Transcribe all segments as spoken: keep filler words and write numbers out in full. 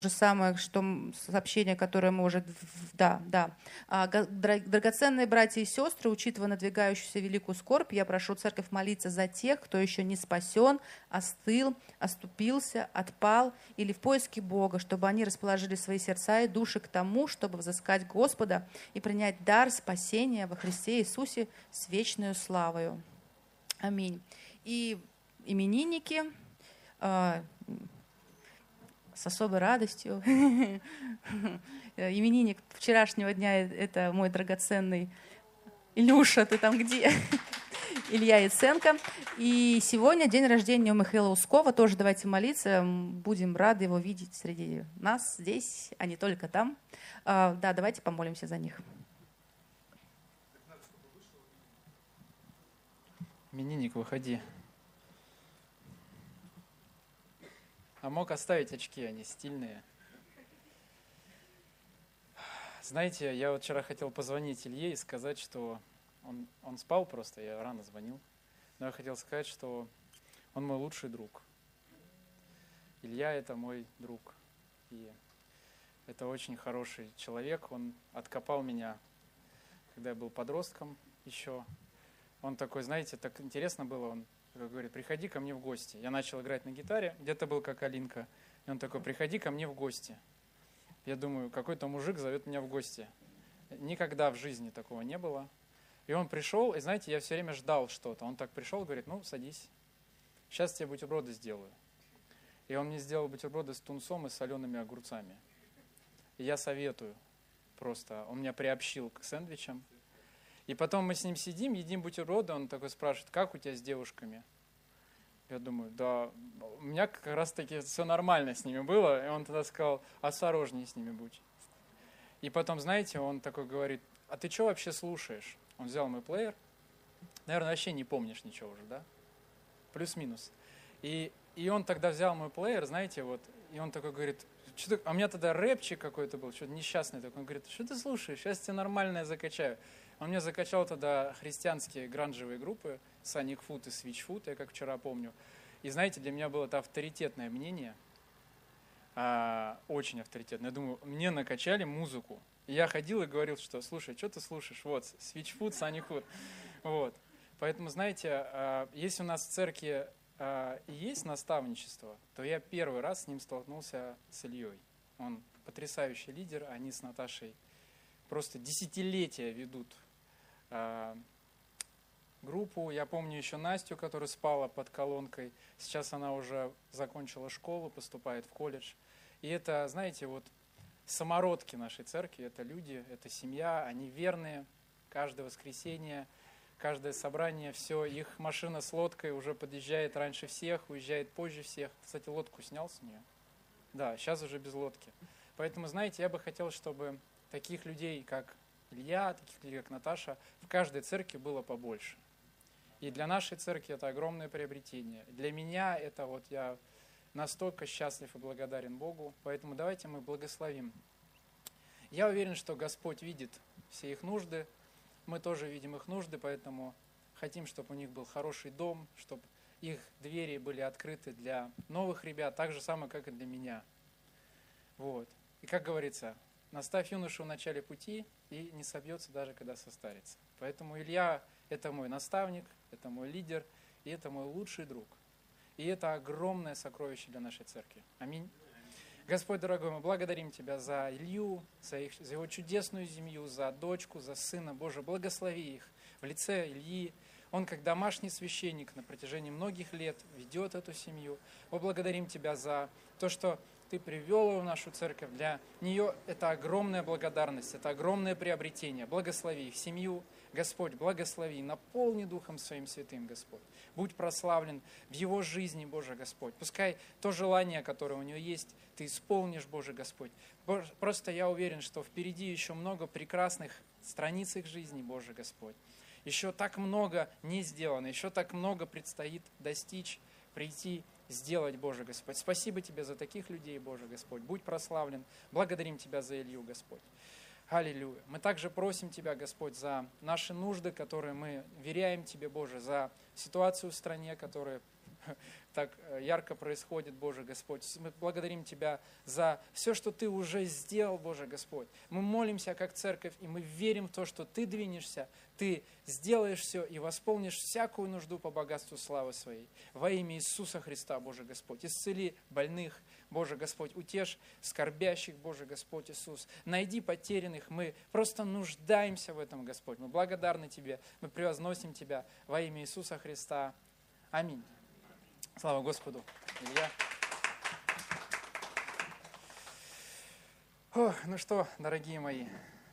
же самое, что сообщение, которое мы уже... Да, да. Драгоценные братья и сестры, учитывая надвигающуюся великую скорбь, я прошу церковь молиться за тех, кто еще не спасен, остыл, оступился, отпал или в поиске Бога, чтобы они расположили свои сердца и души к тому, чтобы взыскать Господа и принять дар спасения во Христе Иисусе с вечной славою. Аминь. И именинники... с особой радостью. Именинник вчерашнего дня — это мой драгоценный Илюша, ты там где? Илья Яценко. И сегодня день рождения у Михаила Ускова. Тоже давайте молиться. Будем рады его видеть среди нас здесь, а не только там. Да, давайте помолимся за них. Именинник, выходи. А мог оставить очки, они стильные. Знаете, я вот вчера хотел позвонить Илье и сказать, что он, он спал просто, я рано звонил. Но я хотел сказать, что он мой лучший друг. Илья — это мой друг. И это очень хороший человек. Он откопал меня, когда я был подростком еще. Он такой, знаете, так интересно было, он как говорит, приходи ко мне в гости. Я начал играть на гитаре, где-то был как Алинка. И он такой, приходи ко мне в гости. Я думаю, какой-то мужик зовет меня в гости. Никогда в жизни такого не было. И он пришел, и знаете, я все время ждал что-то. Он так пришел, говорит, ну, садись. Сейчас тебе бутерброды сделаю. И он мне сделал бутерброды с тунцом и солеными огурцами. И я советую просто. Он меня приобщил к сэндвичам. И потом мы с ним сидим, едим бутерброды, он такой спрашивает, как у тебя с девушками? Я думаю, да, у меня как раз таки все нормально с ними было. И он тогда сказал, осторожнее с ними будь. И потом, знаете, он такой говорит, а ты что вообще слушаешь? Он взял мой плеер, наверное, вообще не помнишь ничего уже, да? Плюс-минус. И, и он тогда взял мой плеер, знаете, вот, и он такой говорит, что а у меня тогда рэпчик какой-то был, что-то несчастный такой. Он говорит, что ты слушаешь, сейчас тебе нормальное закачаю. Он мне закачал тогда христианские гранжевые группы, Sonic Food и Switchfoot, я как вчера помню. И знаете, для меня было это авторитетное мнение, а, очень авторитетное. Я думаю, мне накачали музыку. И я ходил и говорил, что, слушай, что ты слушаешь? Вот, Switchfoot, Sonic Food. Вот. Поэтому, знаете, а, если у нас в церкви а, и есть наставничество, то я первый раз с ним столкнулся с Ильей. Он потрясающий лидер, они с Наташей просто десятилетия ведут группу. Я помню еще Настю, которая спала под колонкой. Сейчас она уже закончила школу, поступает в колледж. И это, знаете, вот самородки нашей церкви, это люди, это семья, они верные. Каждое воскресенье, каждое собрание, все, их машина с лодкой уже подъезжает раньше всех, уезжает позже всех. Кстати, лодку снял с нее. Да, сейчас уже без лодки. Поэтому, знаете, я бы хотел, чтобы таких людей, как Илья, таких людей, как Наташа, в каждой церкви было побольше. И для нашей церкви это огромное приобретение. Для меня это вот я настолько счастлив и благодарен Богу. Поэтому давайте мы благословим. Я уверен, что Господь видит все их нужды. Мы тоже видим их нужды, поэтому хотим, чтобы у них был хороший дом, чтобы их двери были открыты для новых ребят, так же самое, как и для меня. Вот. И как говорится, наставь юношу в начале пути, и не собьется даже, когда состарится. Поэтому Илья – это мой наставник, это мой лидер, и это мой лучший друг. И это огромное сокровище для нашей церкви. Аминь. Господь, дорогой, мы благодарим Тебя за Илью, за, их, за его чудесную семью, за дочку, за сына. Боже, благослови их в лице Ильи. Он, как домашний священник, на протяжении многих лет ведет эту семью. Мы благодарим Тебя за то, что Ты привел его в нашу церковь. Для нее это огромная благодарность, это огромное приобретение. Благослови их семью, Господь, благослови, наполни Духом Своим Святым, Господь. Будь прославлен в его жизни, Боже Господь. Пускай то желание, которое у него есть, Ты исполнишь, Боже Господь. Просто я уверен, что впереди еще много прекрасных страниц их жизни, Боже Господь. Еще так много не сделано, еще так много предстоит достичь, прийти, сделать, Боже Господь. Спасибо Тебе за таких людей, Боже Господь. Будь прославлен. Благодарим Тебя за Илью, Господь. Аллилуйя. Мы также просим Тебя, Господь, за наши нужды, которые мы веряем Тебе, Боже, за ситуацию в стране, которая так ярко происходит, Боже Господь. Мы благодарим Тебя за все, что Ты уже сделал, Боже Господь. Мы молимся как церковь, и мы верим в то, что Ты двинешься, Ты сделаешь все и восполнишь всякую нужду по богатству славы Своей. Во имя Иисуса Христа, Боже Господь. Исцели больных, Боже Господь. Утешь скорбящих, Боже Господь Иисус. Найди потерянных. Мы просто нуждаемся в этом, Господь. Мы благодарны Тебе, мы превозносим Тебя во имя Иисуса Христа. Аминь. Слава Господу. Илья. Ох, ну что, дорогие мои,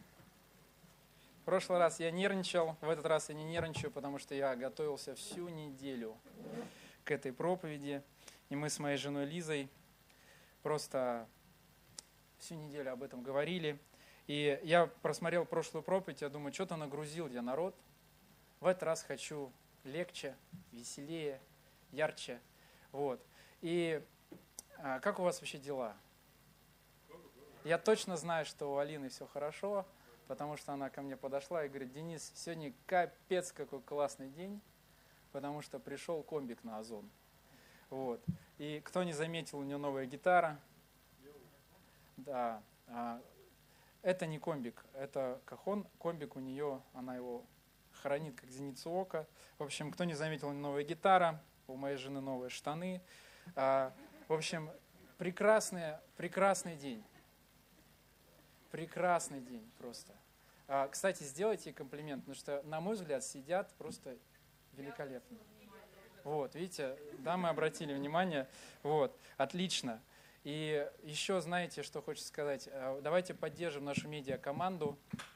в прошлый раз я нервничал, в этот раз я не нервничаю, потому что я готовился всю неделю к этой проповеди. И мы с моей женой Лизой просто всю неделю об этом говорили. И я просмотрел прошлую проповедь, я думаю, что-то нагрузил я народ. В этот раз хочу легче, веселее, ярче. Вот. И а, как у вас вообще дела? Я точно знаю, что у Алины все хорошо, потому что она ко мне подошла и говорит: Денис, сегодня капец какой классный день, потому что пришел комбик на Озон. Вот. И кто не заметил, у нее новая гитара. Да. А, это не комбик, это кахон. Комбик у нее, она его хранит как зеницу ока. В общем, кто не заметил, у нее новая гитара. У моей жены новые штаны. А, в общем, прекрасный, прекрасный день. Прекрасный день просто. А, кстати, сделайте комплимент, потому что, на мой взгляд, сидят просто великолепно. Вот, видите, да, мы обратили внимание. Вот, отлично. И еще, знаете, что хочется сказать? Давайте поддержим нашу медиакоманду.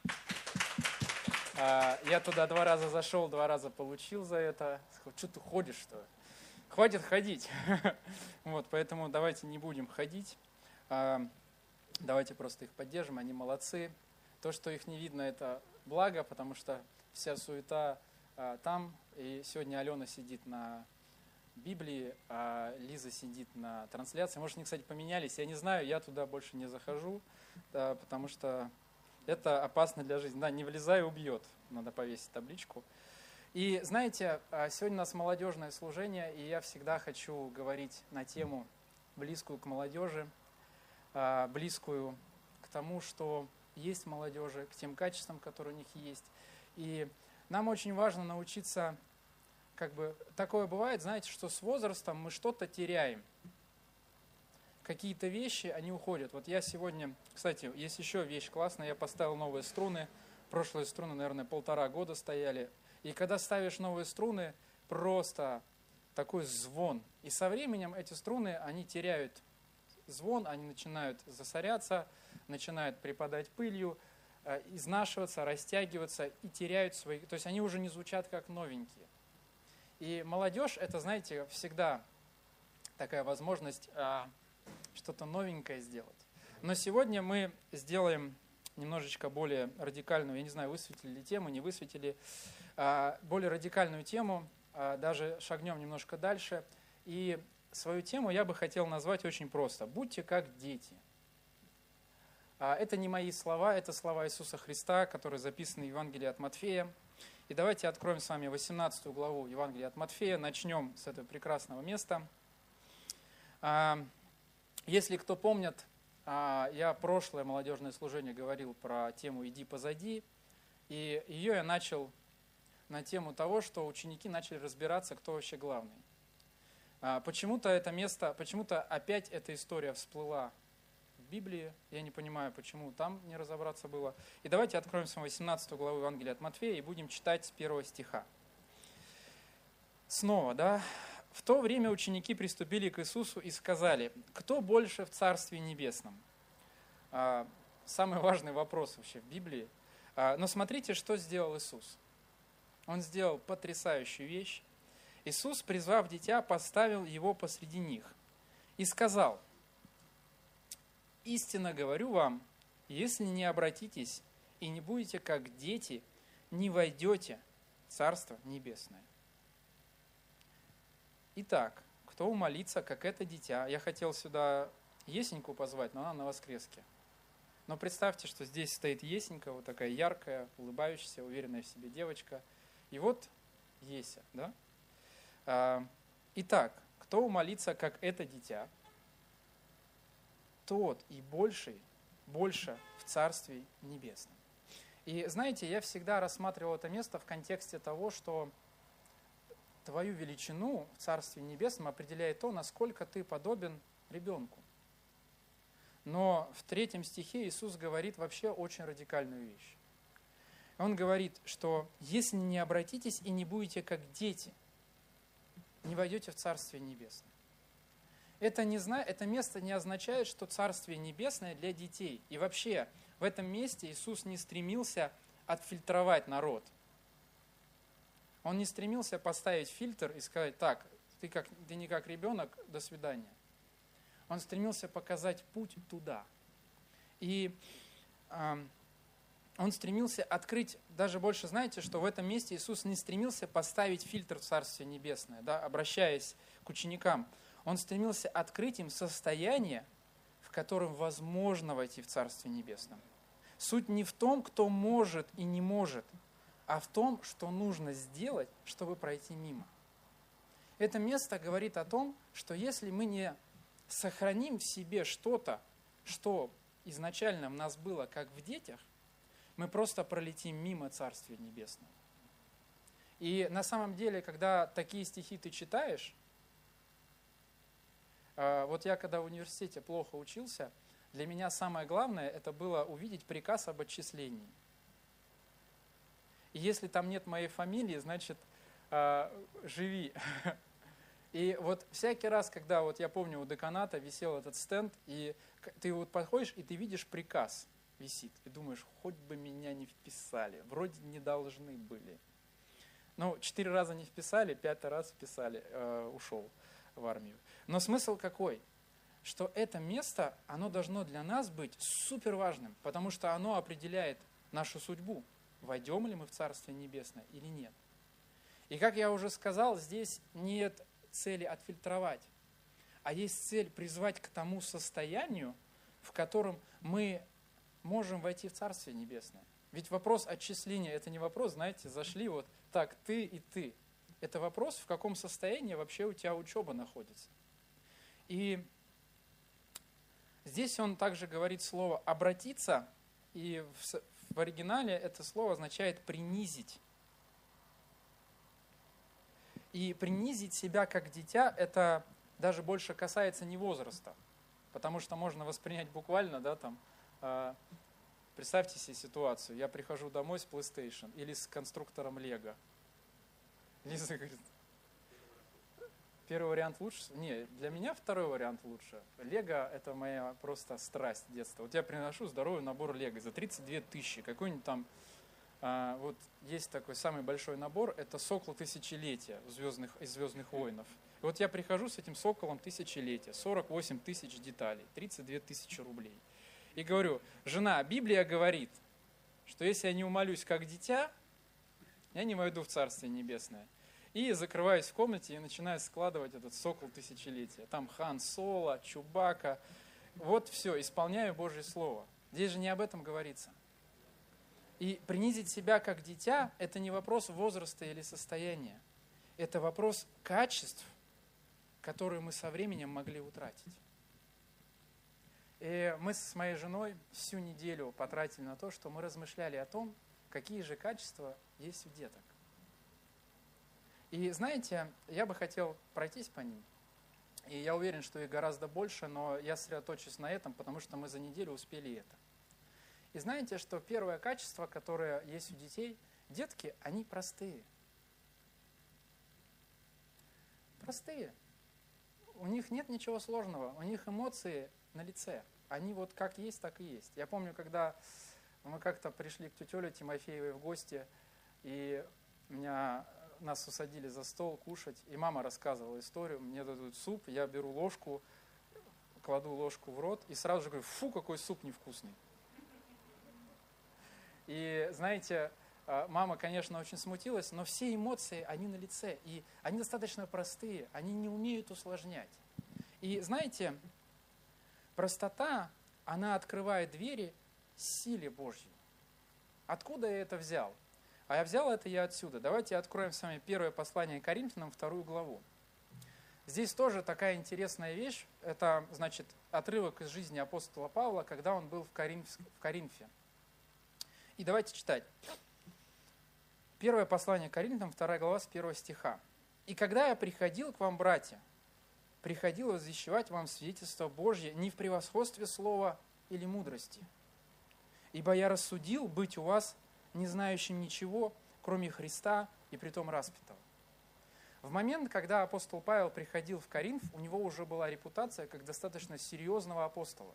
А, я туда два раза зашел, два раза получил за это. Что ты ходишь, что ли? Хватит ходить. Вот, поэтому давайте не будем ходить. Давайте просто их поддержим, они молодцы. То, что их не видно, это благо, потому что вся суета там. И сегодня Алена сидит на Библии, а Лиза сидит на трансляции. Может, они, кстати, поменялись. Я не знаю, я туда больше не захожу, да, потому что это опасно для жизни. Да, не влезай, убьет. Надо повесить табличку. И знаете, сегодня у нас молодежное служение, и я всегда хочу говорить на тему, близкую к молодежи, близкую к тому, что есть в молодежи, к тем качествам, которые у них есть. И нам очень важно научиться, как бы, такое бывает, знаете, что с возрастом мы что-то теряем. Какие-то вещи, они уходят. Вот я сегодня, кстати, есть еще вещь классная, я поставил новые струны. Прошлые струны, наверное, полтора года стояли. И когда ставишь новые струны, просто такой звон. И со временем эти струны, они теряют звон, они начинают засоряться, начинают припадать пылью, изнашиваться, растягиваться и теряют свои... То есть они уже не звучат как новенькие. И молодежь, это, знаете, всегда такая возможность а, что-то новенькое сделать. Но сегодня мы сделаем немножечко более радикальную, я не знаю, высветили ли тему, не высветили, а, более радикальную тему, а, даже шагнем немножко дальше. И свою тему я бы хотел назвать очень просто. Будьте как дети. А, это не мои слова, это слова Иисуса Христа, которые записаны в Евангелии от Матфея. И давайте откроем с вами восемнадцатую главу Евангелия от Матфея, начнем с этого прекрасного места. А, если кто помнит, я прошлое молодежное служение говорил про тему «Иди позади», и ее я начал на тему того, что ученики начали разбираться, кто вообще главный. Почему-то это место, почему-то опять эта история всплыла в Библии, я не понимаю, почему там не разобраться было. И давайте откроем с вами восемнадцатую главу Евангелия от Матфея и будем читать с первого стиха. Снова, да? В то время ученики приступили к Иисусу и сказали: «Кто больше в Царстве Небесном?» Самый важный вопрос вообще в Библии. Но смотрите, что сделал Иисус. Он сделал потрясающую вещь. Иисус, призвав дитя, поставил его посреди них и сказал: «Истинно говорю вам, если не обратитесь и не будете как дети, не войдете в Царство Небесное». Итак, кто умолится, как это дитя? Я хотел сюда Есеньку позвать, но она на воскреске. Но представьте, что здесь стоит Есенька, вот такая яркая, улыбающаяся, уверенная в себе девочка. И вот Еся, да? Итак, кто молится, как это дитя, тот и больший, больше в Царстве Небесном. И знаете, я всегда рассматривал это место в контексте того, что твою величину в Царстве Небесном определяет то, насколько ты подобен ребенку. Но в третьем стихе Иисус говорит вообще очень радикальную вещь. Он говорит, что если не обратитесь и не будете как дети, не войдете в Царствие Небесное. Это, не зна... это место не означает, что Царствие Небесное для детей. И вообще в этом месте Иисус не стремился отфильтровать народ. Он не стремился поставить фильтр и сказать: так, ты, как, ты не как ребенок, до свидания. Он стремился показать путь туда. И э, он стремился открыть, даже больше знаете, что в этом месте Иисус не стремился поставить фильтр в Царствие Небесное, да, обращаясь к ученикам. Он стремился открыть им состояние, в котором возможно войти в Царствие Небесное. Суть не в том, кто может и не может, а в том, что нужно сделать, чтобы пройти мимо. Это место говорит о том, что если мы не сохраним в себе что-то, что изначально в нас было, как в детях, мы просто пролетим мимо Царствия Небесного. И на самом деле, когда такие стихи ты читаешь, вот я когда в университете плохо учился, для меня самое главное это было увидеть приказ об отчислении. И если там нет моей фамилии, значит, живи. И вот всякий раз, когда, вот я помню, у деканата висел этот стенд, и ты вот подходишь, и ты видишь приказ висит, и думаешь: хоть бы меня не вписали, вроде не должны были. Ну, четыре раза не вписали, пятый раз вписали, э, ушел в армию. Но смысл какой? Что это место, оно должно для нас быть супер важным, потому что оно определяет нашу судьбу, войдем ли мы в Царствие Небесное или нет. И как я уже сказал, здесь нет цели отфильтровать, а есть цель призвать к тому состоянию, в котором мы можем войти в Царствие Небесное. Ведь вопрос отчисления – это не вопрос, знаете, зашли вот так, ты и ты. Это вопрос, в каком состоянии вообще у тебя учеба находится. И здесь он также говорит слово «обратиться», и в, в оригинале это слово означает «принизить». И принизить себя как дитя – это даже больше касается не возраста, потому что можно воспринять буквально, да, там, э, представьте себе ситуацию, я прихожу домой с PlayStation или с конструктором Лего. Лиза говорит: первый вариант лучше? Не, для меня второй вариант лучше. Лего – это моя просто страсть детства. Вот я приношу здоровый набор Лего за тридцать две тысячи. Какой-нибудь там, а, вот есть такой самый большой набор, это «Сокол Тысячелетия» из «Звездных, из «Звездных войнов». И вот я прихожу с этим «Соколом Тысячелетия», сорок восемь тысяч деталей, тридцать две тысячи рублей. И говорю: жена, Библия говорит, что если я не умолюсь как дитя, я не войду в Царствие Небесное. И закрываюсь в комнате и начинаю складывать этот «Сокол Тысячелетия». Там Хан Соло, Чубака. Вот все, исполняю Божье Слово. Здесь же не об этом говорится. И принизить себя как дитя – это не вопрос возраста или состояния. Это вопрос качеств, которые мы со временем могли утратить. И мы с моей женой всю неделю потратили на то, что мы размышляли о том, какие же качества есть у деток. И знаете, я бы хотел пройтись по ним. И я уверен, что их гораздо больше, но я сосредоточусь на этом, потому что мы за неделю успели это. И знаете, что первое качество, которое есть у детей, детки, они простые. Простые. У них нет ничего сложного, у них эмоции на лице. Они вот как есть, так и есть. Я помню, когда мы как-то пришли к тете Оле Тимофеевой в гости, и меня, нас усадили за стол кушать, и мама рассказывала историю, мне дадут суп, я беру ложку, кладу ложку в рот, и сразу же говорю: фу, какой суп невкусный. И знаете, мама, конечно, очень смутилась, но все эмоции, они на лице, и они достаточно простые, они не умеют усложнять. И знаете, простота, она открывает двери силе Божьей. Откуда я это взял? А я взял это я отсюда. Давайте откроем с вами первое послание Коринфянам, вторую главу. Здесь тоже такая интересная вещь. Это, значит, отрывок из жизни апостола Павла, когда он был в, Коринф... в Коринфе. И давайте читать. Первое послание к Коринфянам, вторая глава, с первого стиха. «И когда я приходил к вам, братья, приходил возвещать вам свидетельство Божье не в превосходстве слова или мудрости, ибо я рассудил быть у вас не знающим ничего, кроме Христа и притом распятого». В момент, когда апостол Павел приходил в Коринф, у него уже была репутация как достаточно серьезного апостола.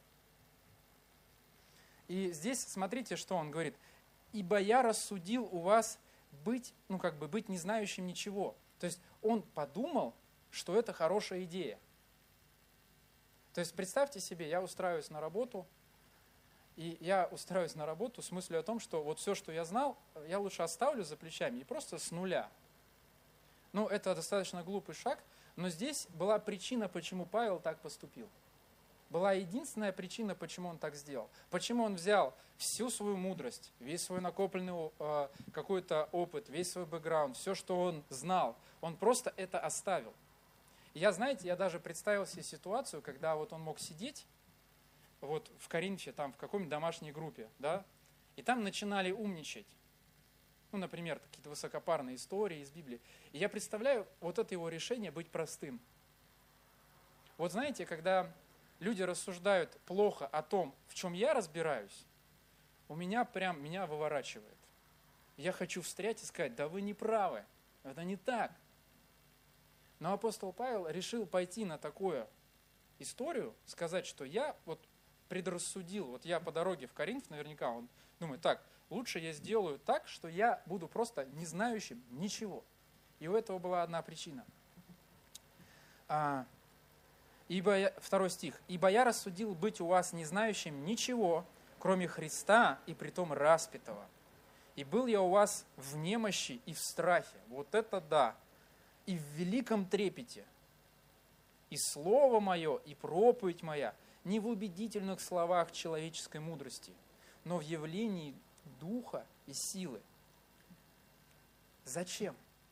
И здесь смотрите, что он говорит. «Ибо я рассудил у вас быть, ну как бы быть не знающим ничего». То есть он подумал, что это хорошая идея. То есть представьте себе, я устраиваюсь на работу, и я устраиваюсь на работу с мыслью о том, что вот все, что я знал, я лучше оставлю за плечами и просто с нуля. Ну, это достаточно глупый шаг, но здесь была причина, почему Павел так поступил. Была единственная причина, почему он так сделал. Почему он взял всю свою мудрость, весь свой накопленный э, какой-то опыт, весь свой бэкграунд, все, что он знал, он просто это оставил. И я, знаете, я даже представил себе ситуацию, когда вот он мог сидеть вот в Коринфе, там в какой-нибудь домашней группе, да, и там начинали умничать. Ну, например, какие-то высокопарные истории из Библии. И я представляю вот это его решение быть простым. Вот знаете, когда люди рассуждают плохо о том, в чем я разбираюсь, у меня прям, меня выворачивает. Я хочу встрять и сказать, да вы не правы, это не так. Но апостол Павел решил пойти на такую историю, сказать, что я вот предрассудил, вот я по дороге в Коринф, наверняка он думает, так, лучше я сделаю так, что я буду просто не знающим ничего. И у этого была одна причина. А, ибо я, второй стих. «Ибо я рассудил быть у вас не знающим ничего, кроме Христа и притом распятого. И был я у вас в немощи и в страхе». Вот это да! «И в великом трепете. И слово мое, и проповедь моя не в убедительных словах человеческой мудрости, но в явлении духа и силы». Зачем?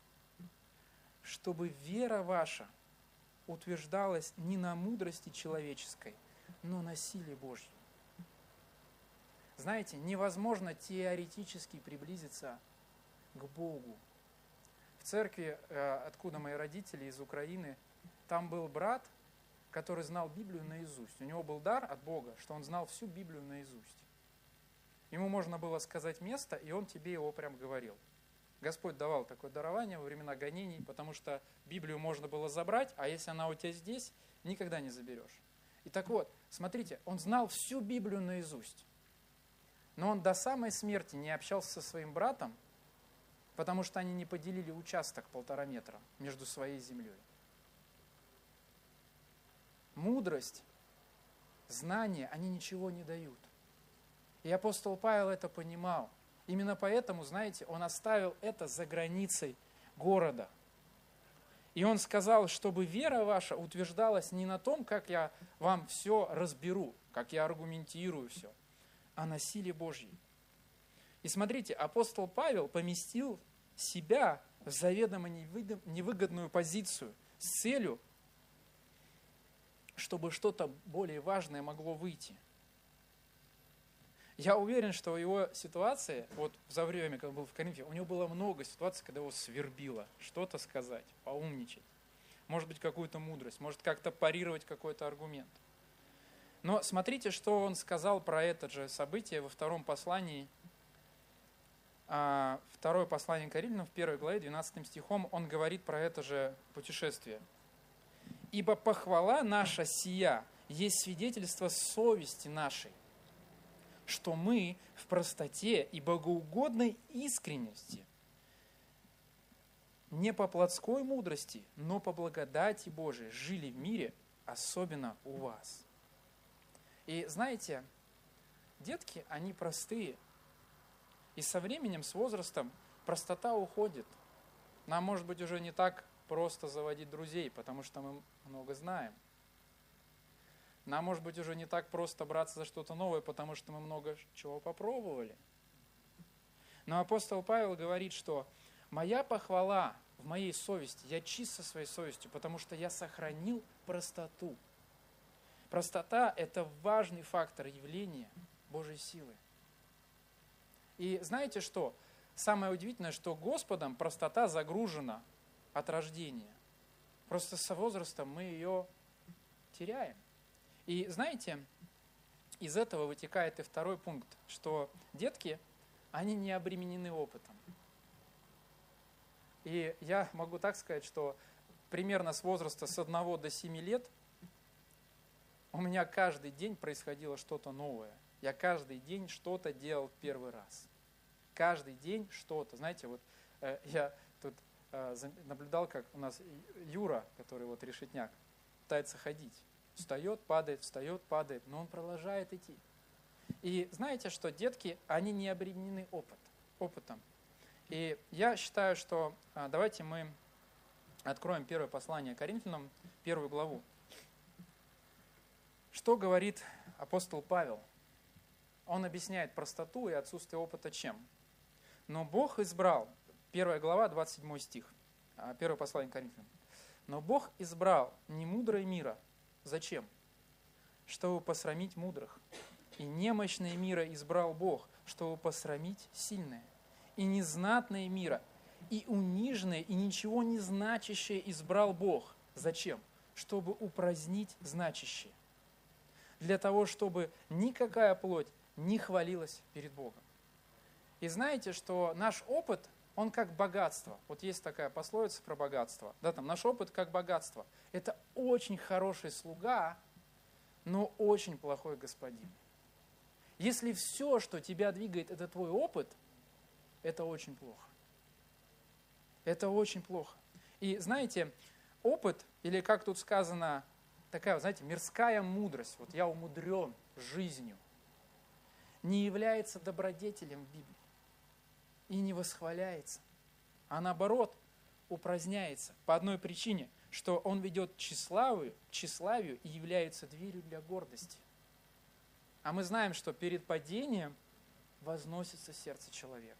Чтобы вера ваша утверждалась не на мудрости человеческой, но на силе Божьей. Знаете, невозможно теоретически приблизиться к Богу. В церкви, откуда мои родители, из Украины, там был брат, который знал Библию наизусть. У него был дар от Бога, что он знал всю Библию наизусть. Ему можно было сказать место, и он тебе его прям говорил. Господь давал такое дарование во времена гонений, потому что Библию можно было забрать, а если она у тебя здесь, никогда не заберешь. И так вот, смотрите, он знал всю Библию наизусть. Но он до самой смерти не общался со своим братом, потому что они не поделили участок полтора метра между своей землей. Мудрость, знания, они ничего не дают. И апостол Павел это понимал. Именно поэтому, знаете, он оставил это за границей города. И он сказал, чтобы вера ваша утверждалась не на том, как я вам все разберу, как я аргументирую все, а на силе Божьей. И смотрите, апостол Павел поместил себя в заведомо невыгодную позицию с целью, чтобы что-то более важное могло выйти. Я уверен, что в его ситуации, вот за время, когда он был в Коринфе, у него было много ситуаций, когда его свербило что-то сказать, поумничать. Может быть, какую-то мудрость, может как-то парировать какой-то аргумент. Но смотрите, что он сказал про это же событие во втором послании, второе послание к Коринфянам, в первой главе, двенадцатым стихом, он говорит про это же путешествие. «Ибо похвала наша сия есть свидетельство совести нашей, что мы в простоте и богоугодной искренности, не по плотской мудрости, но по благодати Божией жили в мире, особенно у вас». И знаете, детки, они простые. И со временем, с возрастом, простота уходит. Нам, может быть, уже не так просто заводить друзей, потому что мы много знаем. Нам, может быть, уже не так просто браться за что-то новое, потому что мы много чего попробовали. Но апостол Павел говорит, что «моя похвала в моей совести, я чист со своей совестью, потому что я сохранил простоту. Простота – это важный фактор явления Божьей силы. И знаете что? Самое удивительное, что Господом простота загружена от рождения. Просто со возрастом мы ее теряем. И знаете, из этого вытекает и второй пункт, что детки, они не обременены опытом. И я могу так сказать, что примерно с возраста с одного до семи лет у меня каждый день происходило что-то новое. Я каждый день что-то делал в первый раз. Каждый день что-то. Знаете, вот э, я тут э, наблюдал, как у нас Юра, который вот решетняк, пытается ходить. Встает, падает, встает, падает, но он продолжает идти. И знаете, что детки, они не обременены опыт, опытом. И я считаю, что э, давайте мы откроем первое послание Коринфянам, первую главу. Что говорит апостол Павел? Он объясняет простоту и отсутствие опыта чем? Но Бог избрал, первая глава, двадцать седьмой стих, первое послание Коринфянам. Но Бог избрал немудрое мира. Зачем? Чтобы посрамить мудрых. И немощное мира избрал Бог, чтобы посрамить сильное. И незнатное мира, и униженное, и ничего не значащее избрал Бог. Зачем? Чтобы упразднить значащее. Для того, чтобы никакая плоть не хвалилась перед Богом. И знаете, что наш опыт, он как богатство. Вот есть такая пословица про богатство. Да, там, наш опыт как богатство. Это очень хороший слуга, но очень плохой господин. Если все, что тебя двигает, это твой опыт, это очень плохо. Это очень плохо. И знаете, опыт, или как тут сказано, такая, знаете, мирская мудрость, вот я умудрен жизнью, не является добродетелем в Библии и не восхваляется, а наоборот упраздняется по одной причине, что он ведет к тщеславию, к тщеславию и является дверью для гордости. А мы знаем, что перед падением возносится сердце человека.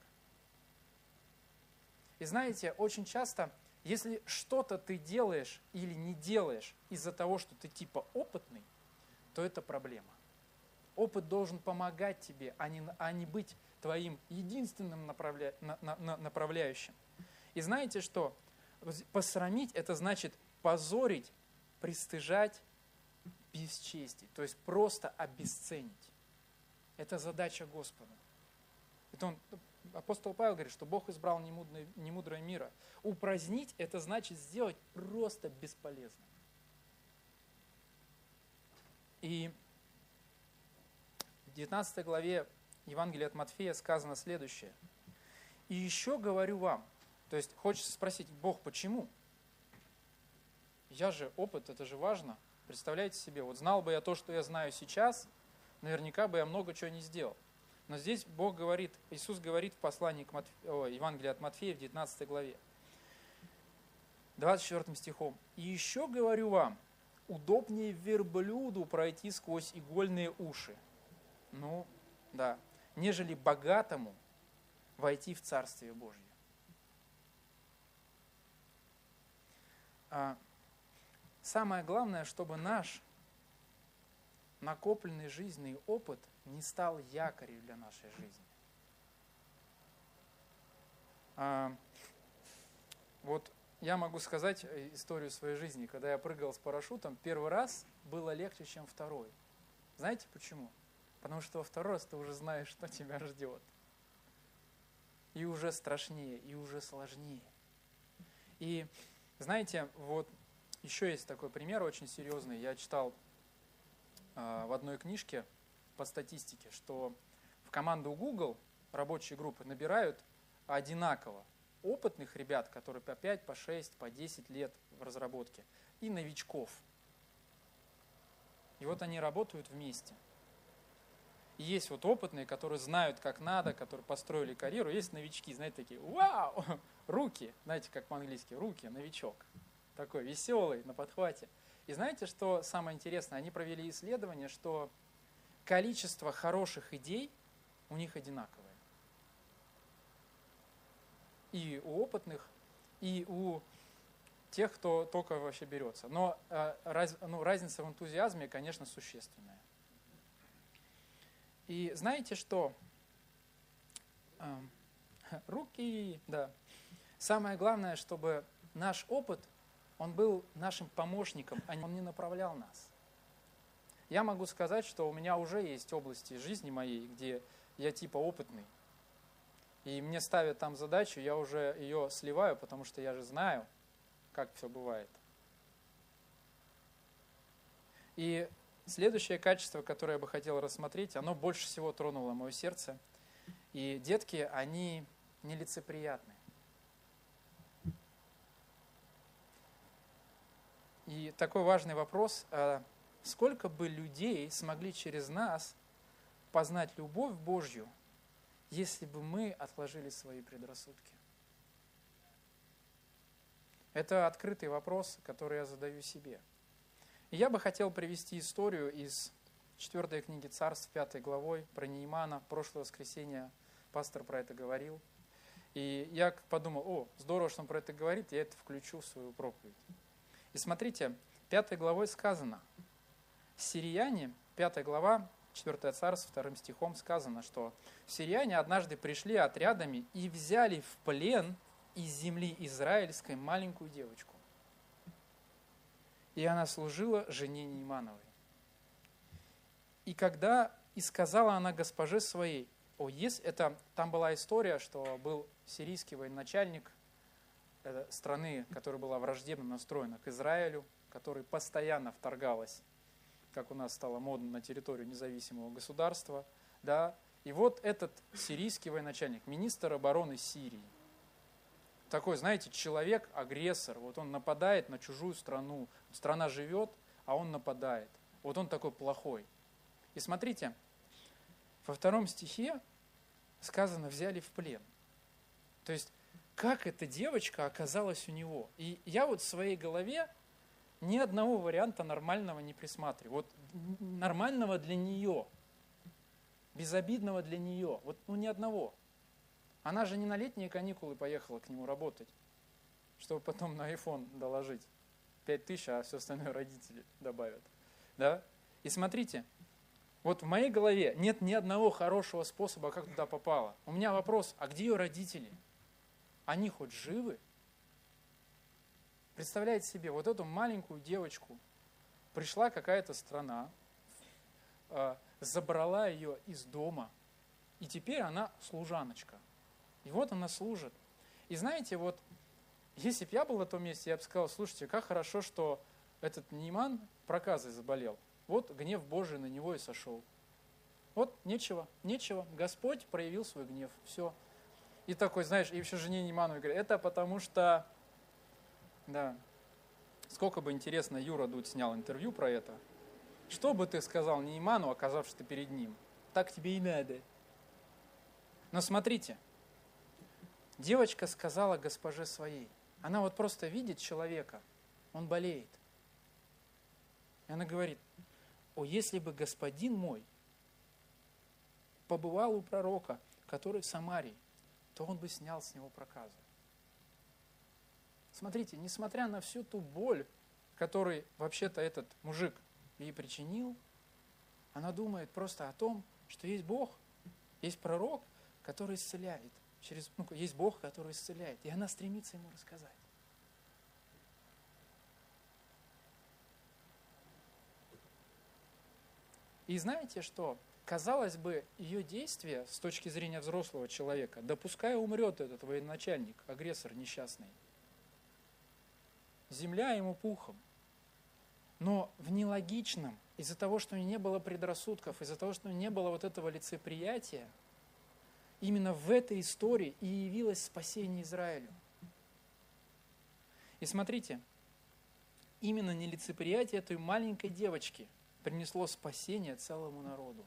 И знаете, очень часто, если что-то ты делаешь или не делаешь из-за того, что ты типа опытный, то это проблема. Опыт должен помогать тебе, а не, а не быть твоим единственным направля, на, на, направляющим. И знаете что? Посрамить – это значит позорить, пристыжать, бесчестить. То есть просто обесценить. Это задача Господа. Это он, апостол Павел говорит, что Бог избрал немудрое, немудрое мира. Упразднить – это значит сделать просто бесполезным. И в девятнадцатой главе Евангелия от Матфея сказано следующее. «И еще говорю вам». То есть хочется спросить, Бог, почему? Я же опыт, это же важно. Представляете себе, вот знал бы я то, что я знаю сейчас, наверняка бы я много чего не сделал. Но здесь Бог говорит, Иисус говорит в послании к Матфе... О, Евангелии от Матфея в девятнадцатой главе, двадцать четвёртым стихом. «И еще говорю вам, удобнее верблюду пройти сквозь игольные уши». Ну, да. «Нежели богатому войти в Царствие Божье». А самое главное, чтобы наш накопленный жизненный опыт не стал якорем для нашей жизни. А, вот я могу сказать историю своей жизни. Когда я прыгал с парашютом, первый раз было легче, чем второй. Знаете почему? Потому что во второй раз ты уже знаешь, что тебя ждет. И уже страшнее, и уже сложнее. И знаете, вот еще есть такой пример очень серьезный. Я читал э, в одной книжке по статистике, что в команду Google рабочие группы набирают одинаково опытных ребят, которые по пять, по шесть, по десять лет в разработке, и новичков. И вот они работают вместе. И есть вот опытные, которые знают, как надо, которые построили карьеру. Есть новички, знаете, такие, вау, руки, знаете, как по-английски, руки, новичок. Такой веселый, на подхвате. И знаете, что самое интересное? Они провели исследование, что количество хороших идей у них одинаковое. И у опытных, и у тех, кто только вообще берется. Но э, раз, ну, разница в энтузиазме, конечно, существенная. И знаете что? Э, руки, да. Самое главное, чтобы наш опыт, он был нашим помощником, а он не направлял нас. Я могу сказать, что у меня уже есть области жизни моей, где я типа опытный. И мне ставят там задачу, я уже ее сливаю, потому что я же знаю, как все бывает. И следующее качество, которое я бы хотел рассмотреть, оно больше всего тронуло мое сердце. И детки, они нелицеприятны. И такой важный вопрос, сколько бы людей смогли через нас познать любовь Божью, если бы мы отложили свои предрассудки? Это открытый вопрос, который я задаю себе. И я бы хотел привести историю из четвертой книги Царств, пятой главой, про Неймана. В прошлое воскресенье пастор про это говорил. И я подумал, о, здорово, что он про это говорит, я это включу в свою проповедь. И смотрите, пятой главой сказано, сирияне, пятая глава, четвёртое Царство, вторым стихом сказано, что сирияне однажды пришли отрядами и взяли в плен из земли израильской маленькую девочку. И она служила жене Неймановой. И когда и сказала она госпоже своей, о, есть, это, там была история, что был сирийский военачальник страны, которая была враждебно настроена к Израилю, который постоянно вторгалась, как у нас стало модно, на территорию независимого государства. Да? И вот этот сирийский военачальник, министр обороны Сирии, такой, знаете, человек-агрессор, вот он нападает на чужую страну, страна живет, а он нападает. Вот он такой плохой. И смотрите, во втором стихе сказано, взяли в плен. То есть, как эта девочка оказалась у него? И я вот в своей голове ни одного варианта нормального не присматриваю. Вот нормального для нее, безобидного для нее, вот ну ни одного. Она же не на летние каникулы поехала к нему работать, чтобы потом на айфон доложить пять тысяч, а все остальное родители добавят. Да? И смотрите, вот в моей голове нет ни одного хорошего способа, как туда попала. У меня вопрос, а где ее родители? Они хоть живы? Представляете себе, вот эту маленькую девочку, пришла какая-то страна, э, забрала ее из дома, и теперь она служаночка. И вот она служит. И знаете, вот, если бы я был на том месте, я бы сказал, слушайте, как хорошо, что этот Нейман проказой заболел. Вот гнев Божий на него и сошел. Вот нечего, нечего. Господь проявил свой гнев. Все. И такой, знаешь, и еще жене Неймановой говорит, это потому что, да, сколько бы интересно Юра Дудь снял интервью про это. Что бы ты сказал Нейману, оказавшись ты перед ним? Так тебе и надо. Но смотрите, девочка сказала госпоже своей, она вот просто видит человека, он болеет. И она говорит, о, если бы господин мой побывал у пророка, который в Самарии, то он бы снял с него проказу. Смотрите, несмотря на всю ту боль, которую вообще-то этот мужик ей причинил, она думает просто о том, что есть Бог, есть пророк, который исцеляет. Через, ну, есть Бог, который исцеляет. И она стремится ему рассказать. И знаете что? Казалось бы, ее действия с точки зрения взрослого человека, да пускай умрет этот военачальник, агрессор несчастный. Земля ему пухом. Но в нелогичном, из-за того, что не было предрассудков, из-за того, что не было вот этого лицеприятия, именно в этой истории и явилось спасение Израилю. И смотрите, именно нелицеприятие этой маленькой девочки принесло спасение целому народу.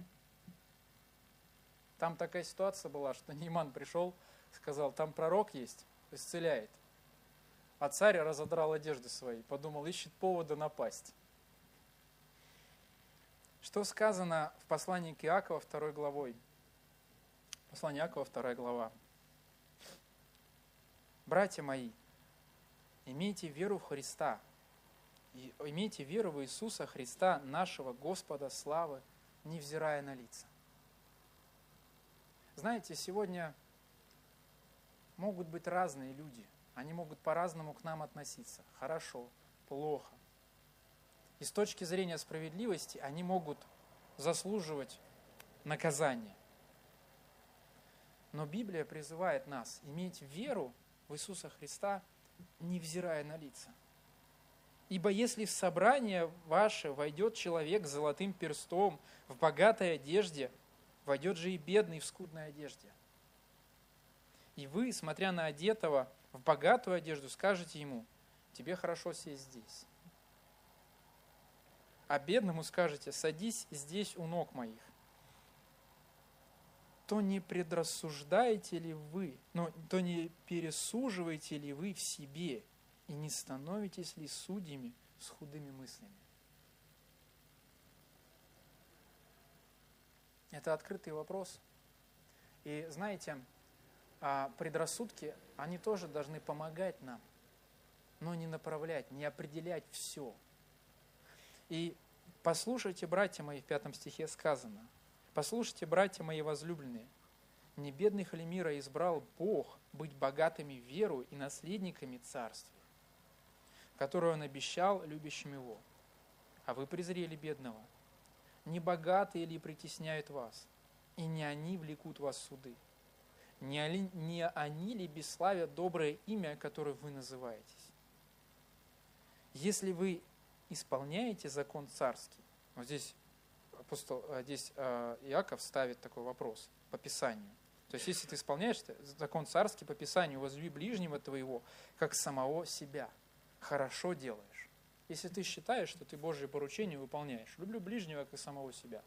Там такая ситуация была, что Нейман пришел, сказал, там пророк есть, исцеляет. А царь разодрал одежды свои, подумал, ищет повода напасть. Что сказано в послании к Иакова второй главой? Послание Иакова, вторая глава. «Братья мои, Имейте веру в Христа. И имейте веру в Иисуса Христа, нашего Господа славы, невзирая на лица. Знаете, сегодня могут быть разные люди. Они могут по-разному к нам относиться. Хорошо, плохо. И с точки зрения справедливости они могут заслуживать наказания. Но Библия призывает нас иметь веру в Иисуса Христа, невзирая на лица. Ибо если в собрание ваше войдет человек с золотым перстом, в богатой одежде, войдет же и бедный в скудной одежде. И вы, смотря на одетого в богатую одежду, скажете ему: тебе хорошо сесть здесь. А бедному скажете: садись здесь у ног моих. То не предрассуждаете ли вы, ну, то не пересуживаете ли вы в себе, и не становитесь ли судьями с худыми мыслями? Это открытый вопрос. И знаете, предрассудки, они тоже должны помогать нам, но не направлять, не определять все. И послушайте, братья мои, в пятом стихе сказано: послушайте, братья мои возлюбленные, не бедных ли мира избрал Бог быть богатыми в веру и наследниками царствия, которое Он обещал любящим Его. А вы презрели бедного. Не богатые ли притесняют вас, и не они влекут вас в суды? Не они, не они ли бесславят доброе имя, которое вы называетесь? Если вы исполняете закон царский, вот здесь, апостол, здесь Иаков ставит такой вопрос по Писанию. То есть, если ты исполняешь закон царский по Писанию, возлюби ближнего твоего, как самого себя, хорошо делаешь. Если ты считаешь, что ты Божье поручение выполняешь, люблю ближнего, как и самого себя.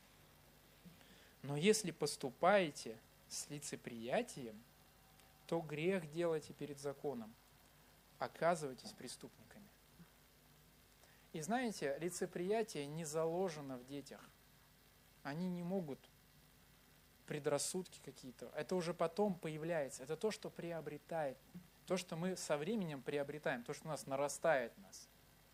Но если поступаете с лицеприятием, то грех делайте перед законом, оказывайтесь преступниками. И знаете, лицеприятие не заложено в детях. Они не могут предрассудки какие-то. Это уже потом появляется. Это то, что приобретает. То, что мы со временем приобретаем. То, что у нас нарастает в нас.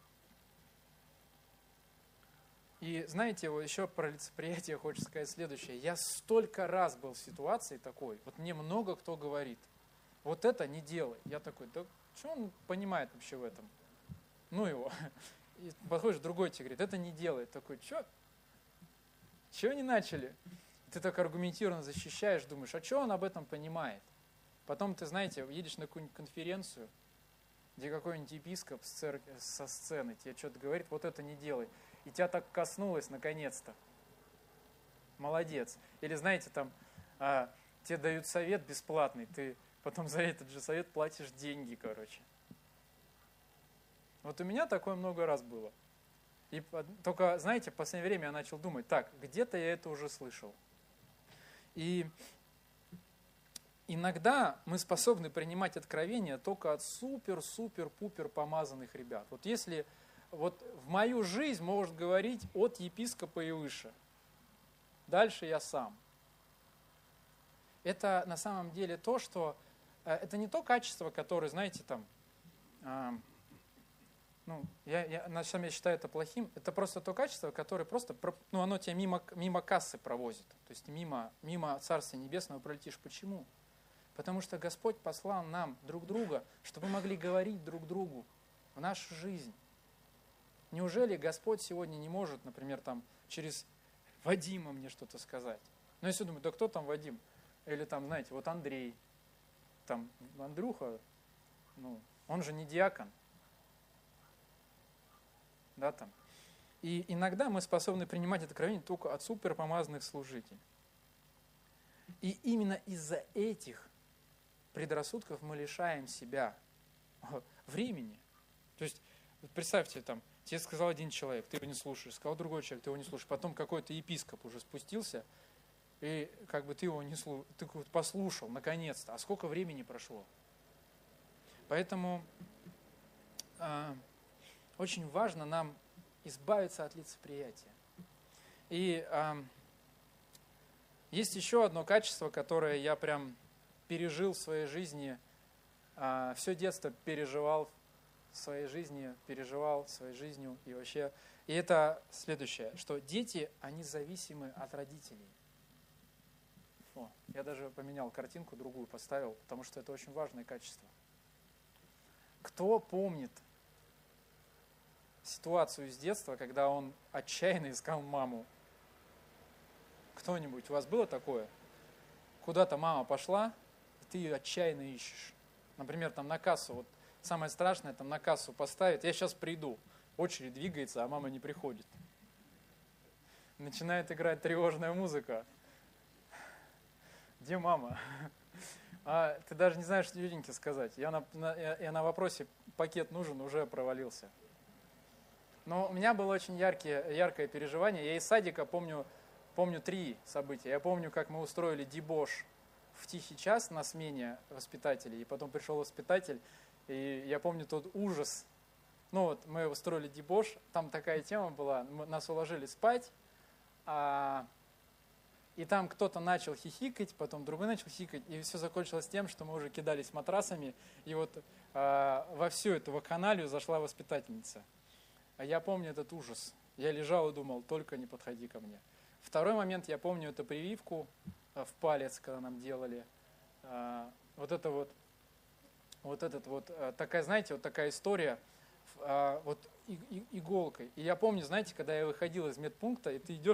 И знаете, вот еще про лицеприятие хочется сказать следующее. Я столько раз был в ситуации такой. Вот мне много кто говорит: вот это не делай. Я такой: да что он понимает вообще в этом? Ну его. И подходишь, другой тебе говорит: это не делай. Такой: что? Чего не начали? Ты так аргументированно защищаешь, думаешь: а что он об этом понимает? Потом ты, знаете, едешь на какую-нибудь конференцию, где какой-нибудь епископ с церкви, со сцены тебе что-то говорит: вот это не делай. И тебя так коснулось наконец-то. Молодец. Или, знаете, там а, тебе дают совет бесплатный, ты потом за этот же совет платишь деньги, короче. Вот у меня такое много раз было. И только, знаете, в последнее время я начал думать: так, где-то я это уже слышал. И иногда мы способны принимать откровения только от супер-супер-пупер помазанных ребят. Вот если вот в мою жизнь может говорить от епископа и выше, дальше я сам. Это на самом деле то, что... Это не то качество, которое, знаете, там... Э, ну, я, я, на самом деле считаю это плохим. Это просто то качество, которое просто... Ну, оно тебя мимо, мимо кассы провозит. То есть мимо, мимо Царствия Небесного пролетишь. Почему? Потому что Господь послал нам друг друга, чтобы мы могли говорить друг другу в нашу жизнь. Неужели Господь сегодня не может, например, там, через Вадима мне что-то сказать? Ну, если думаю: да кто там Вадим? Или там, знаете, вот Андрей, там, Андрюха, ну, он же не диакон. Да, там. И иногда мы способны принимать это откровение только от суперпомазанных служителей. И именно из-за этих предрассудков мы лишаем себя времени. То есть, представьте, там, тебе сказал один человек, ты его не слушаешь, сказал другой человек, ты его не слушаешь, потом какой-то епископ уже спустился, и как бы ты его не слушал, ты послушал, наконец-то. А сколько времени прошло? Поэтому э, очень важно нам избавиться от лицеприятия. И э, есть еще одно качество, которое я прям пережил в своей жизни, э, все детство переживал в своей жизни переживал, своей жизнью и вообще. И это следующее, что дети, они зависимы от родителей. О, я даже поменял картинку, другую поставил, потому что это очень важное качество. Кто помнит ситуацию из детства, когда он отчаянно искал маму? Кто-нибудь, у вас было такое? Куда-то мама пошла, и ты ее отчаянно ищешь. Например, там на кассу, вот самое страшное, там на кассу поставить, я сейчас приду, очередь двигается, а мама не приходит. Начинает играть тревожная музыка. Где мама? А ты даже не знаешь, что тетеньке сказать. Я на, на, я, я на вопросе, пакет нужен, уже провалился. Но у меня было очень яркие, яркое переживание. Я из садика помню, помню три события. Я помню, как мы устроили дебош в тихий час на смене воспитателей. И потом пришел воспитатель, и я помню тот ужас. Ну вот, мы устроили дебош, там такая тема была, мы, нас уложили спать, а... И там кто-то начал хихикать, потом другой начал хихикать, и все закончилось тем, что мы уже кидались матрасами, и вот э, во всю эту вакханалию зашла воспитательница. А я помню этот ужас. Я лежал и думал, только не подходи ко мне. Второй момент, я помню эту прививку э, в палец, когда нам делали. Э, вот это вот, вот этот вот, э, такая, знаете, вот такая история, э, вот и, и, иголкой. И я помню, знаете, когда я выходил из медпункта, и ты идешь,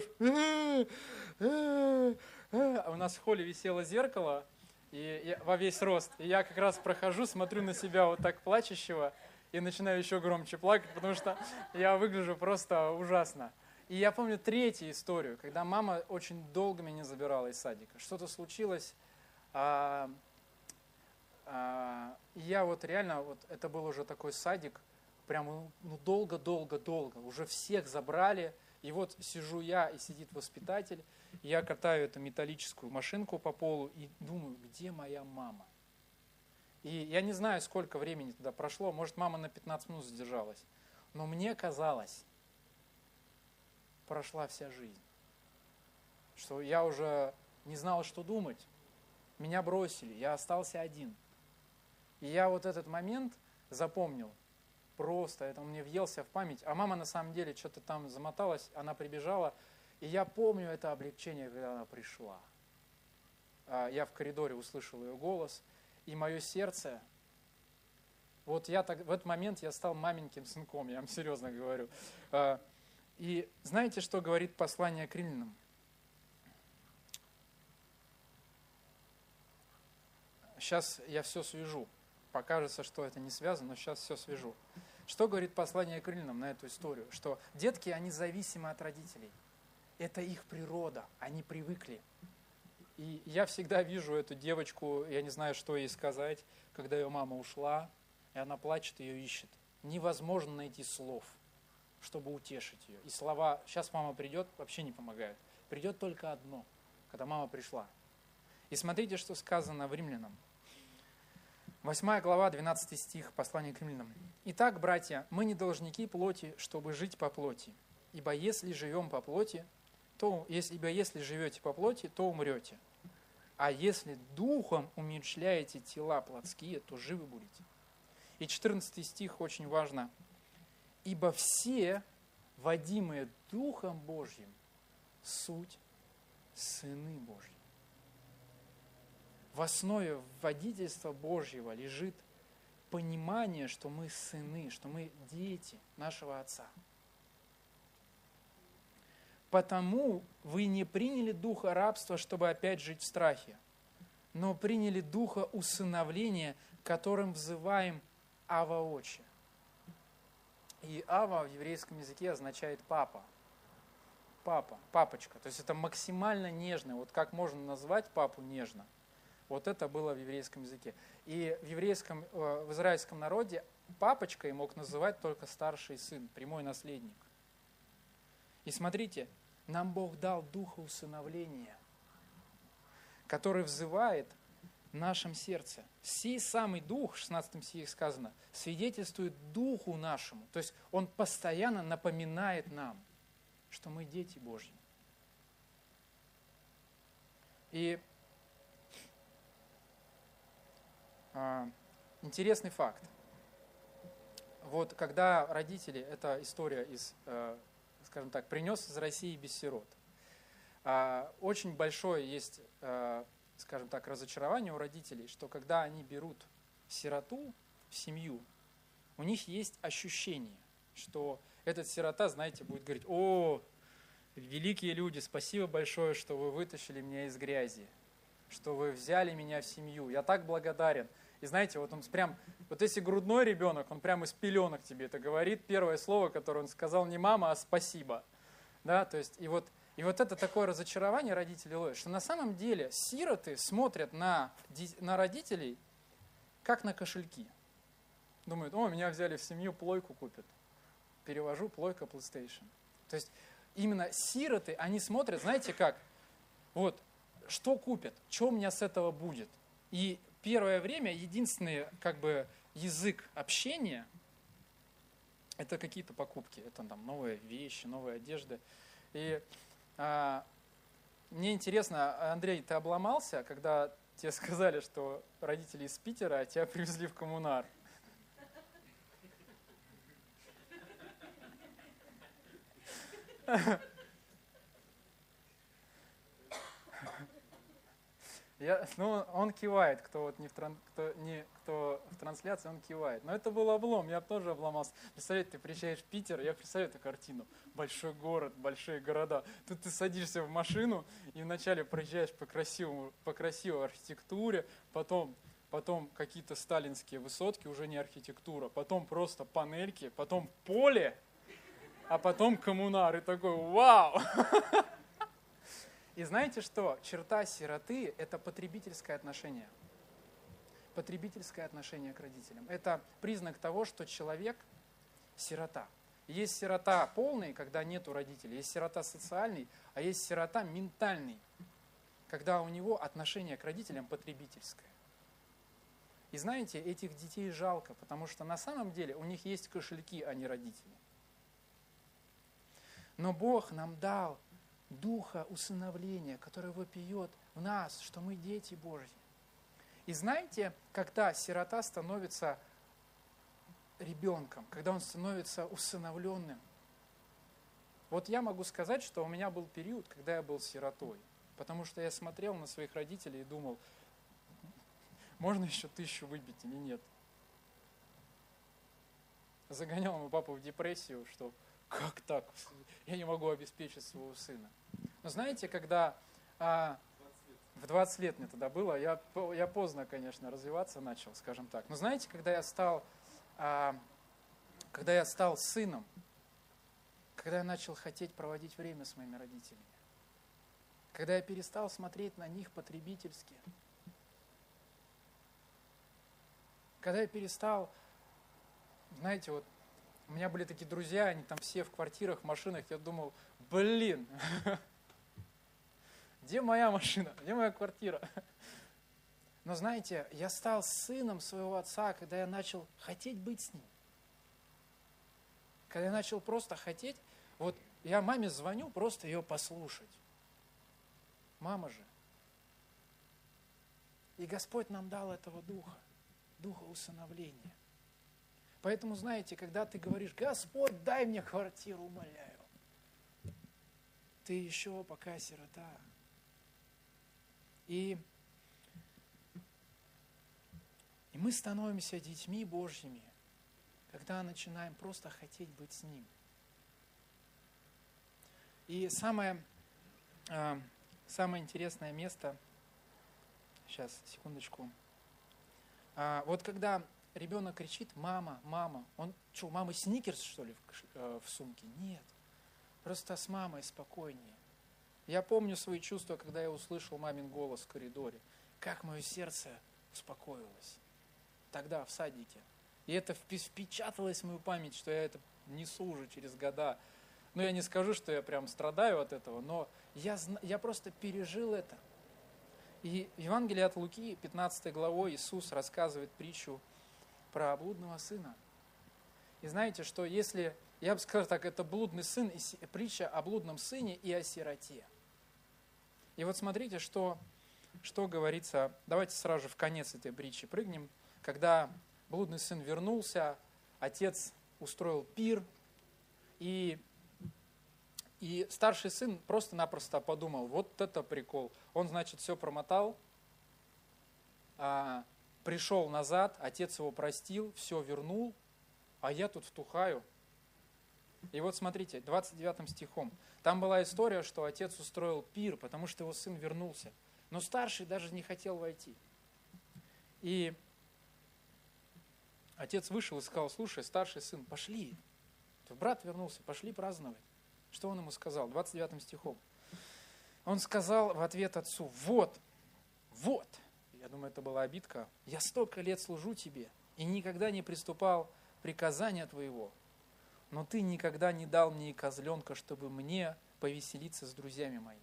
а у нас в холле висело зеркало и я, во весь рост. И я как раз прохожу, смотрю на себя вот так плачущего и начинаю еще громче плакать, потому что я выгляжу просто ужасно. И я помню третью историю, когда мама очень долго меня забирала из садика. Что-то случилось, а, а, и я вот реально, вот это был уже такой садик, прям ну долго-долго-долго, уже всех забрали, и вот сижу я, и сидит воспитатель, и я катаю эту металлическую машинку по полу и думаю, где моя мама? И я не знаю, сколько времени туда прошло, может, мама на пятнадцать минут задержалась, но мне казалось, прошла вся жизнь, что я уже не знал, что думать, меня бросили, я остался один. И я вот этот момент запомнил, просто это он мне въелся в память. А мама на самом деле что-то там замоталась, она прибежала. И я помню это облегчение, когда она пришла. Я в коридоре услышал ее голос. И мое сердце... Вот я так, в этот момент я стал маменьким сынком, я вам серьезно говорю. И знаете, что говорит послание к римлянам? Сейчас я все свяжу. Покажется, что это не связано, но сейчас все свяжу. Что говорит послание к римлянам на эту историю? Что детки, они зависимы от родителей. Это их природа, они привыкли. И я всегда вижу эту девочку, я не знаю, что ей сказать, когда ее мама ушла, и она плачет, ее ищет. Невозможно найти слов, чтобы утешить ее. И слова «сейчас мама придет» вообще не помогают. Придет только одно, когда мама пришла. И смотрите, что сказано в Римлянам. восьмая глава, двенадцатый стих, послание к римлянам. «Итак, братья, мы не должники плоти, чтобы жить по плоти. Ибо если живем по плоти, то, ибо если живете по плоти, то умрете. А если духом умерщвляете тела плотские, то живы будете». И четырнадцатый стих очень важно. «Ибо все, водимые Духом Божьим, суть сыны Божьи». В основе водительства Божьего лежит понимание, что мы сыны, что мы дети нашего Отца. Потому вы не приняли духа рабства, чтобы опять жить в страхе, но приняли духа усыновления, которым взываем Ава Отче. И Ава в еврейском языке означает папа. Папа, папочка. То есть это максимально нежно. Вот как можно назвать папу нежно? Вот это было в еврейском языке. И в еврейском, в израильском народе папочкой мог называть только старший сын, прямой наследник. И смотрите, нам Бог дал духа усыновления, который взывает в нашем сердце. Сей самый дух, в шестнадцатом стихе сказано, свидетельствует духу нашему. То есть он постоянно напоминает нам, что мы дети Божьи. И интересный факт. вот когда родители, это история из, скажем так, принес из России без сирот. Очень большое есть, скажем так, разочарование у родителей, что когда они берут сироту в семью, у них есть ощущение, что этот сирота, знаете, будет говорить: о, великие люди, спасибо большое, что вы вытащили меня из грязи, что вы взяли меня в семью, я так благодарен. И знаете, вот он прям, вот если грудной ребенок, он прям из пеленок тебе это говорит, первое слово, которое он сказал, не мама, а спасибо. Да, то есть, и вот, и вот это такое разочарование родителей ловит, что на самом деле сироты смотрят на, на родителей как на кошельки. Думают: о, меня взяли в семью, плойку купят. Перевожу, плойка, PlayStation. То есть именно сироты, они смотрят, знаете как, вот, что купят, что у меня с этого будет. И первое время единственный как бы язык общения – это какие-то покупки, это там новые вещи, новые одежды. И а, мне интересно, Андрей, ты обломался, когда тебе сказали, что родители из Питера, а тебя привезли в коммунар? Я, ну, он кивает, кто, вот не в тран, кто, не, кто в трансляции, он кивает. Но это был облом, я тоже обломался. Представляете, ты приезжаешь в Питер, я представляю эту картину. Большой город, большие города. Тут ты садишься в машину и вначале проезжаешь по красивому, по красивой архитектуре, потом, потом какие-то сталинские высотки, уже не архитектура, потом просто панельки, потом поле, а потом коммунар. И такой: вау! И знаете что? Черта сироты – это потребительское отношение. Потребительское отношение к родителям. Это признак того, что человек – сирота. Есть сирота полный, когда нету родителей. Есть сирота социальный, а есть сирота ментальный, когда у него отношение к родителям потребительское. И знаете, этих детей жалко, потому что на самом деле у них есть кошельки, а не родители. Но Бог нам дал духа усыновления, который вопиет в нас, что мы дети Божьи. И знаете, когда сирота становится ребенком, когда он становится усыновленным, вот я могу сказать, что у меня был период, когда я был сиротой, потому что я смотрел на своих родителей и думал: можно еще тысячу выбить или нет? Загонял моего папу в депрессию, что как так? Я не могу обеспечить своего сына. Но знаете, когда а, в двадцать лет мне тогда было, я, я поздно, конечно, развиваться начал, скажем так. Но знаете, когда я стал, а, когда я стал сыном, когда я начал хотеть проводить время с моими родителями, когда я перестал смотреть на них потребительски, когда я перестал, знаете, вот у меня были такие друзья, они там все в квартирах, в машинах, я думал: блин, где моя машина, где моя квартира? Но знаете, я стал сыном своего отца, когда я начал хотеть быть с ним. Когда я начал просто хотеть, вот я маме звоню, просто ее послушать. Мама же. И Господь нам дал этого духа, духа усыновления. Поэтому, знаете, когда ты говоришь: Господь, дай мне квартиру, умоляю, ты еще пока сирота. И, и мы становимся детьми Божьими, когда начинаем просто хотеть быть с Ним. И самое, э, самое интересное место, сейчас, секундочку, э, вот когда ребенок кричит: мама, мама, он что, у мамы сникерс, что ли, в, э, в сумке? Нет, просто с мамой спокойнее. Я помню свои чувства, когда я услышал мамин голос в коридоре, как мое сердце успокоилось тогда в садике. И это впечаталось в мою память, что я это несу уже через года. Ну, я не скажу, что я прям страдаю от этого, но я, я просто пережил это. И в Евангелии от Луки, пятнадцатой главой, Иисус рассказывает притчу про блудного сына. И знаете, что если, я бы сказал так, это блудный сын, и притча о блудном сыне и о сироте. И вот смотрите, что, что говорится, давайте сразу же в конец этой притчи прыгнем. Когда блудный сын вернулся, отец устроил пир, и, и старший сын просто-напросто подумал, вот это прикол. Он, значит, все промотал, а, пришел назад, отец его простил, все вернул, а я тут втухаю. И вот смотрите, двадцать девятым стихом. Там была история, что отец устроил пир, потому что его сын вернулся. Но старший даже не хотел войти. И отец вышел и сказал, слушай, старший сын, пошли. Твой брат вернулся, пошли праздновать. Что он ему сказал? двадцать девятым стихом. Он сказал в ответ отцу, вот, вот. Я думаю, это была обидка. Я столько лет служу тебе и никогда не приступал приказания твоего. Но ты никогда не дал мне и козленка, чтобы мне повеселиться с друзьями моими.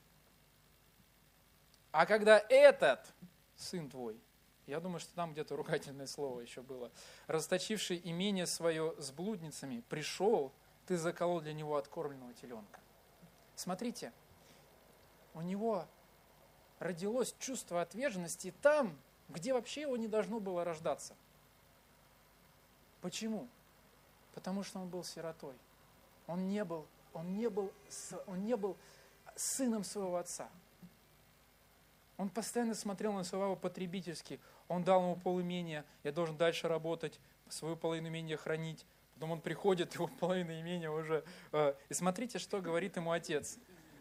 А когда этот сын твой, я думаю, что там где-то ругательное слово еще было, расточивший имение свое с блудницами, пришел, ты заколол для него откормленного теленка. Смотрите, у него родилось чувство ответственности там, где вообще его не должно было рождаться. Почему? Потому что он был сиротой. Он не был, он не был, он не был сыном своего отца. Он постоянно смотрел на своего потребительски. Он дал ему полимения, я должен дальше работать, свою половину имения хранить. Потом он приходит, его половина имения уже... Э, и смотрите, что говорит ему отец.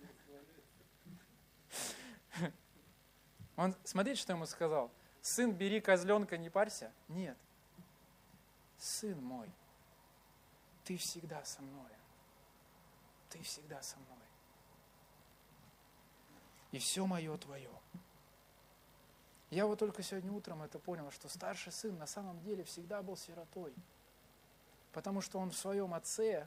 Он, смотрите, что ему сказал. Сын, бери козленка, не парься. Нет. Сын мой, ты всегда со мной. Ты всегда со мной. И все мое твое. Я вот только сегодня утром это понял, что старший сын на самом деле всегда был сиротой. Потому что он в своем отце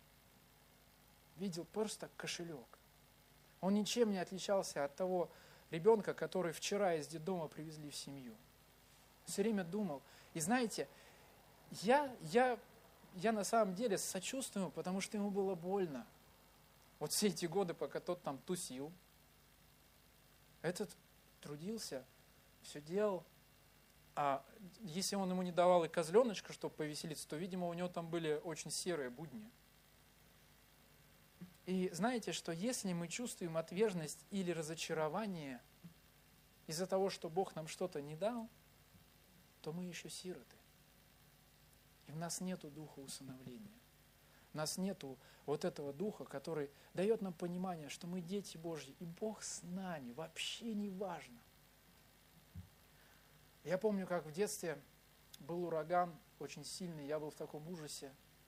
видел просто кошелек. Он ничем не отличался от того ребенка, который вчера из детдома привезли в семью. Все время думал. И знаете, я, я, я на самом деле сочувствую, потому что ему было больно. Вот все эти годы, пока тот там тусил, этот трудился, все делал. А если он ему не давал и козленочка, чтобы повеселиться, то, видимо, у него там были очень серые будни. И знаете, что если мы чувствуем отверженность или разочарование из-за того, что Бог нам что-то не дал, то мы еще сироты. И в нас нету духа усыновления. У нас нету вот этого духа, который дает нам понимание, что мы дети Божьи, и Бог с нами, вообще не важно. Я помню, как в детстве был ураган очень сильный, я был в таком ужасе.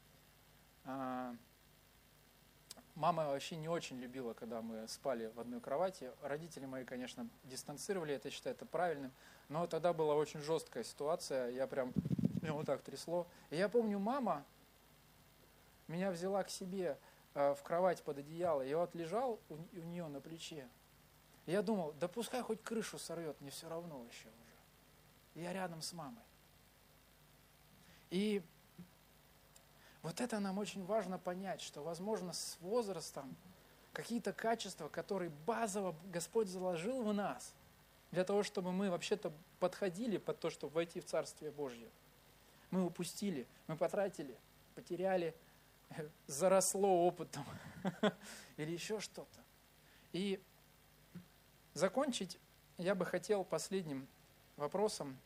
Мама вообще не очень любила, когда мы спали в одной кровати. Родители мои, конечно, дистанцировали это, я считаю это правильным. Но тогда была очень жесткая ситуация, я прям, меня вот так трясло. И я помню, мама меня взяла к себе в кровать под одеяло, я вот лежал у, у нее на плече. И я думал, да пускай хоть крышу сорвет, мне все равно вообще уже. Я рядом с мамой. И вот это нам очень важно понять, что, возможно, с возрастом какие-то качества, которые базово Господь заложил в нас, для того, чтобы мы вообще-то подходили под то, чтобы войти в Царствие Божье, мы упустили, мы потратили, потеряли, заросло опытом или еще что-то. И закончить я бы хотел последним вопросом,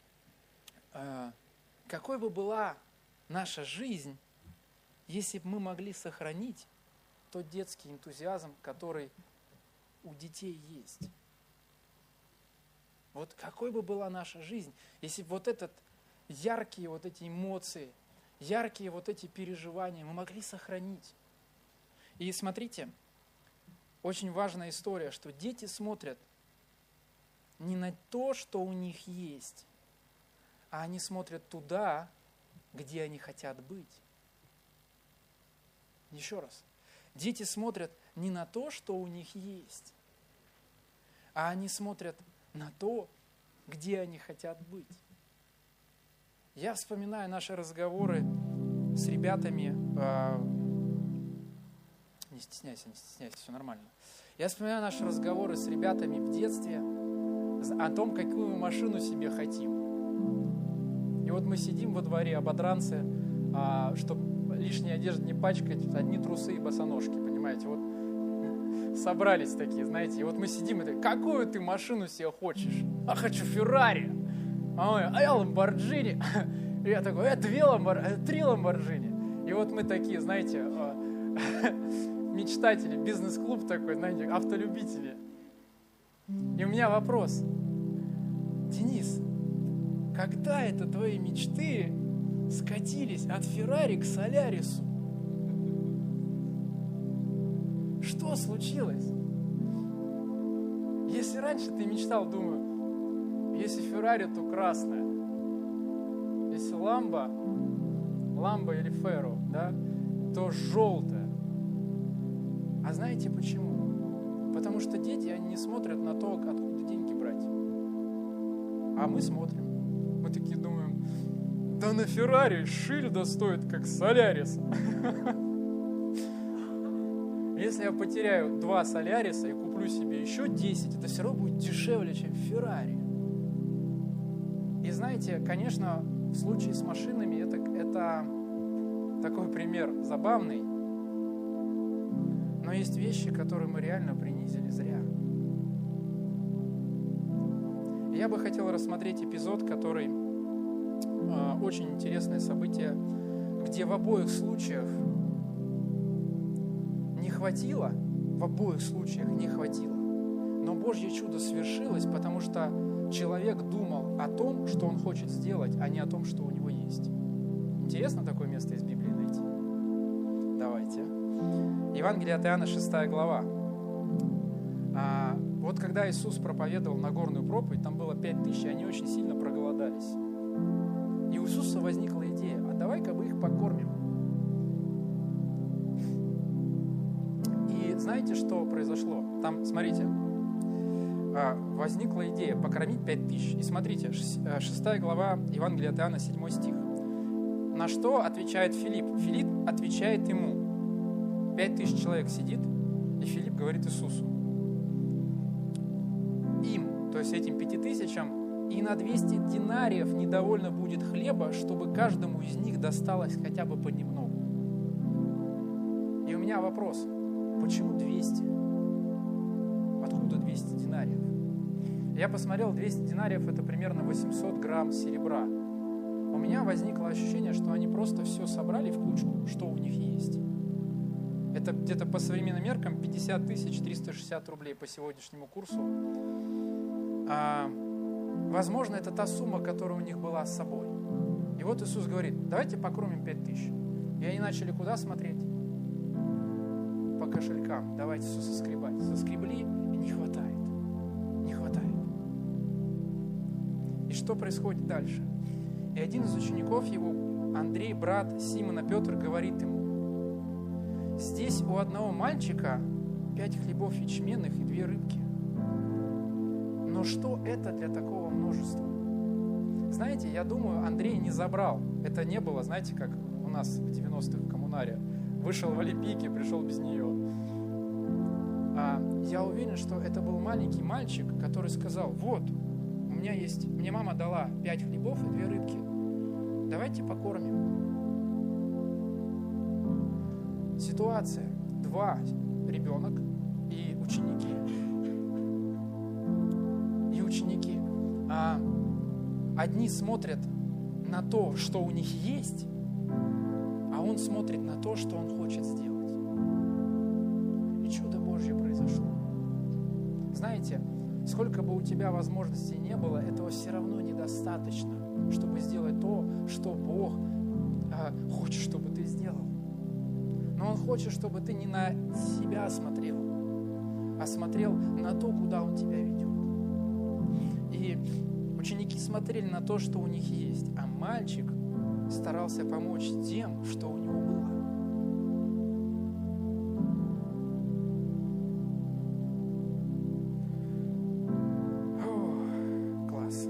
какой бы была наша жизнь, если бы мы могли сохранить тот детский энтузиазм, который у детей есть. Вот какой бы была наша жизнь, если бы вот этот яркие вот эти эмоции, яркие вот эти переживания мы могли сохранить. И смотрите, очень важная история, что дети смотрят не на то, что у них есть, а они смотрят туда, где они хотят быть. Еще раз. Дети смотрят не на то, что у них есть, а они смотрят на то, где они хотят быть. Я вспоминаю наши разговоры с ребятами. Э, не стесняйся, не стесняйся, все нормально. Я вспоминаю наши разговоры с ребятами в детстве о том, какую мы машину себе хотим. И вот мы сидим во дворе, ободранцы, а, чтобы лишняя одежда не пачкать, одни трусы и босоножки, понимаете, вот собрались такие, знаете, и вот мы сидим и такие, какую ты машину себе хочешь? А хочу Феррари, а, а я Ламборджини, и я такой, э, две Ламборджини, три Ламборджини, и вот мы такие, знаете, мечтатели, бизнес-клуб такой, знаете, автолюбители. И у меня вопрос, Денис, когда это твои мечты скатились от Феррари к Солярису? Что случилось? Если раньше ты мечтал, думаю, если Феррари, то красная, если Ламбо, Ламбо или Ферро, да, то желтая. А знаете почему? Потому что дети, они не смотрят на то, откуда деньги брать. А мы смотрим. Мы такие думаем, да на Феррари шильда стоит, как Солярис. Если я потеряю два Соляриса и куплю себе еще десять, это все равно будет дешевле, чем Феррари. И знаете, конечно, в случае с машинами это, это такой пример забавный, но есть вещи, которые мы реально принизили зря. Я бы хотел рассмотреть эпизод, который э, очень интересное событие, где в обоих случаях не хватило, в обоих случаях не хватило, но Божье чудо свершилось, потому что человек думал о том, что он хочет сделать, а не о том, что у него есть. Интересно такое место из Библии найти? Давайте. Евангелие от Иоанна, шестая глава. А, вот когда Иисус проповедовал Нагорную проповедь, там было пять тысяч, и они очень сильно проголодались. И у Иисуса возникла идея, а давай-ка мы их покормим. И знаете, что произошло? Там, смотрите, возникла идея покормить пять тысяч. И смотрите, шестая глава Евангелия от Иоанна, седьмой стих. На что отвечает Филипп? Филипп отвечает ему. Пять тысяч человек сидит, и Филипп говорит Иисусу. Им, то есть этим пяти тысячам, и на двести динариев недовольно будет хлеба, чтобы каждому из них досталось хотя бы понемногу. И у меня вопрос, почему двести? Откуда двести динариев? Я посмотрел, двести динариев это примерно восемьсот грамм серебра. У меня возникло ощущение, что они просто все собрали в кучку, что у них есть. Это где-то по современным меркам пятьдесят тысяч триста шестьдесят рублей по сегодняшнему курсу. А, возможно, это та сумма, которая у них была с собой. И вот Иисус говорит, давайте покормим пять тысяч. И они начали куда смотреть? По кошелькам. Давайте все соскребать. Соскребли, и не хватает. Не хватает. И что происходит дальше? И один из учеников его, Андрей, брат Симона Петр, говорит ему, здесь у одного мальчика пять хлебов ячменных и две рыбки. Но что это для такого множества? Знаете, я думаю, Андрей не забрал. Это не было, знаете, как у нас в девяностых в коммунаре. Вышел в Олимпийке, пришел без нее. А я уверен, что это был маленький мальчик, который сказал, вот, у меня есть, мне мама дала пять хлебов и две рыбки. Давайте покормим. Ситуация. Два ребенок и ученики. И ученики. А одни смотрят на то, что у них есть, а он смотрит на то, что он хочет сделать. И чудо Божье произошло. Знаете, сколько бы у тебя возможностей не было, этого все равно недостаточно, чтобы сделать то, что Бог а, хочет, чтобы ты сделал. Но Он хочет, чтобы ты не на себя смотрел, а смотрел на то, куда Он тебя ведет. И ученики смотрели на то, что у них есть, а мальчик старался помочь тем, что у него было. О, класс.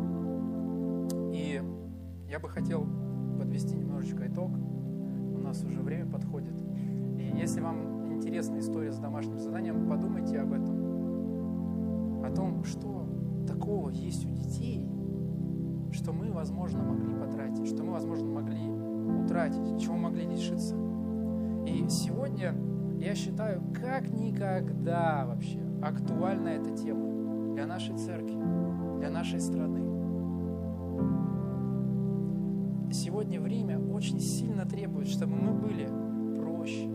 И я бы хотел подвести немножечко итог. У нас уже время подходит. И если вам интересна история с домашним заданием, подумайте об этом. О том, что такого есть у детей, что мы, возможно, могли потратить, что мы, возможно, могли утратить, чего могли лишиться. И сегодня, я считаю, как никогда вообще актуальна эта тема для нашей церкви, для нашей страны. Сегодня время очень сильно требует, чтобы мы были проще,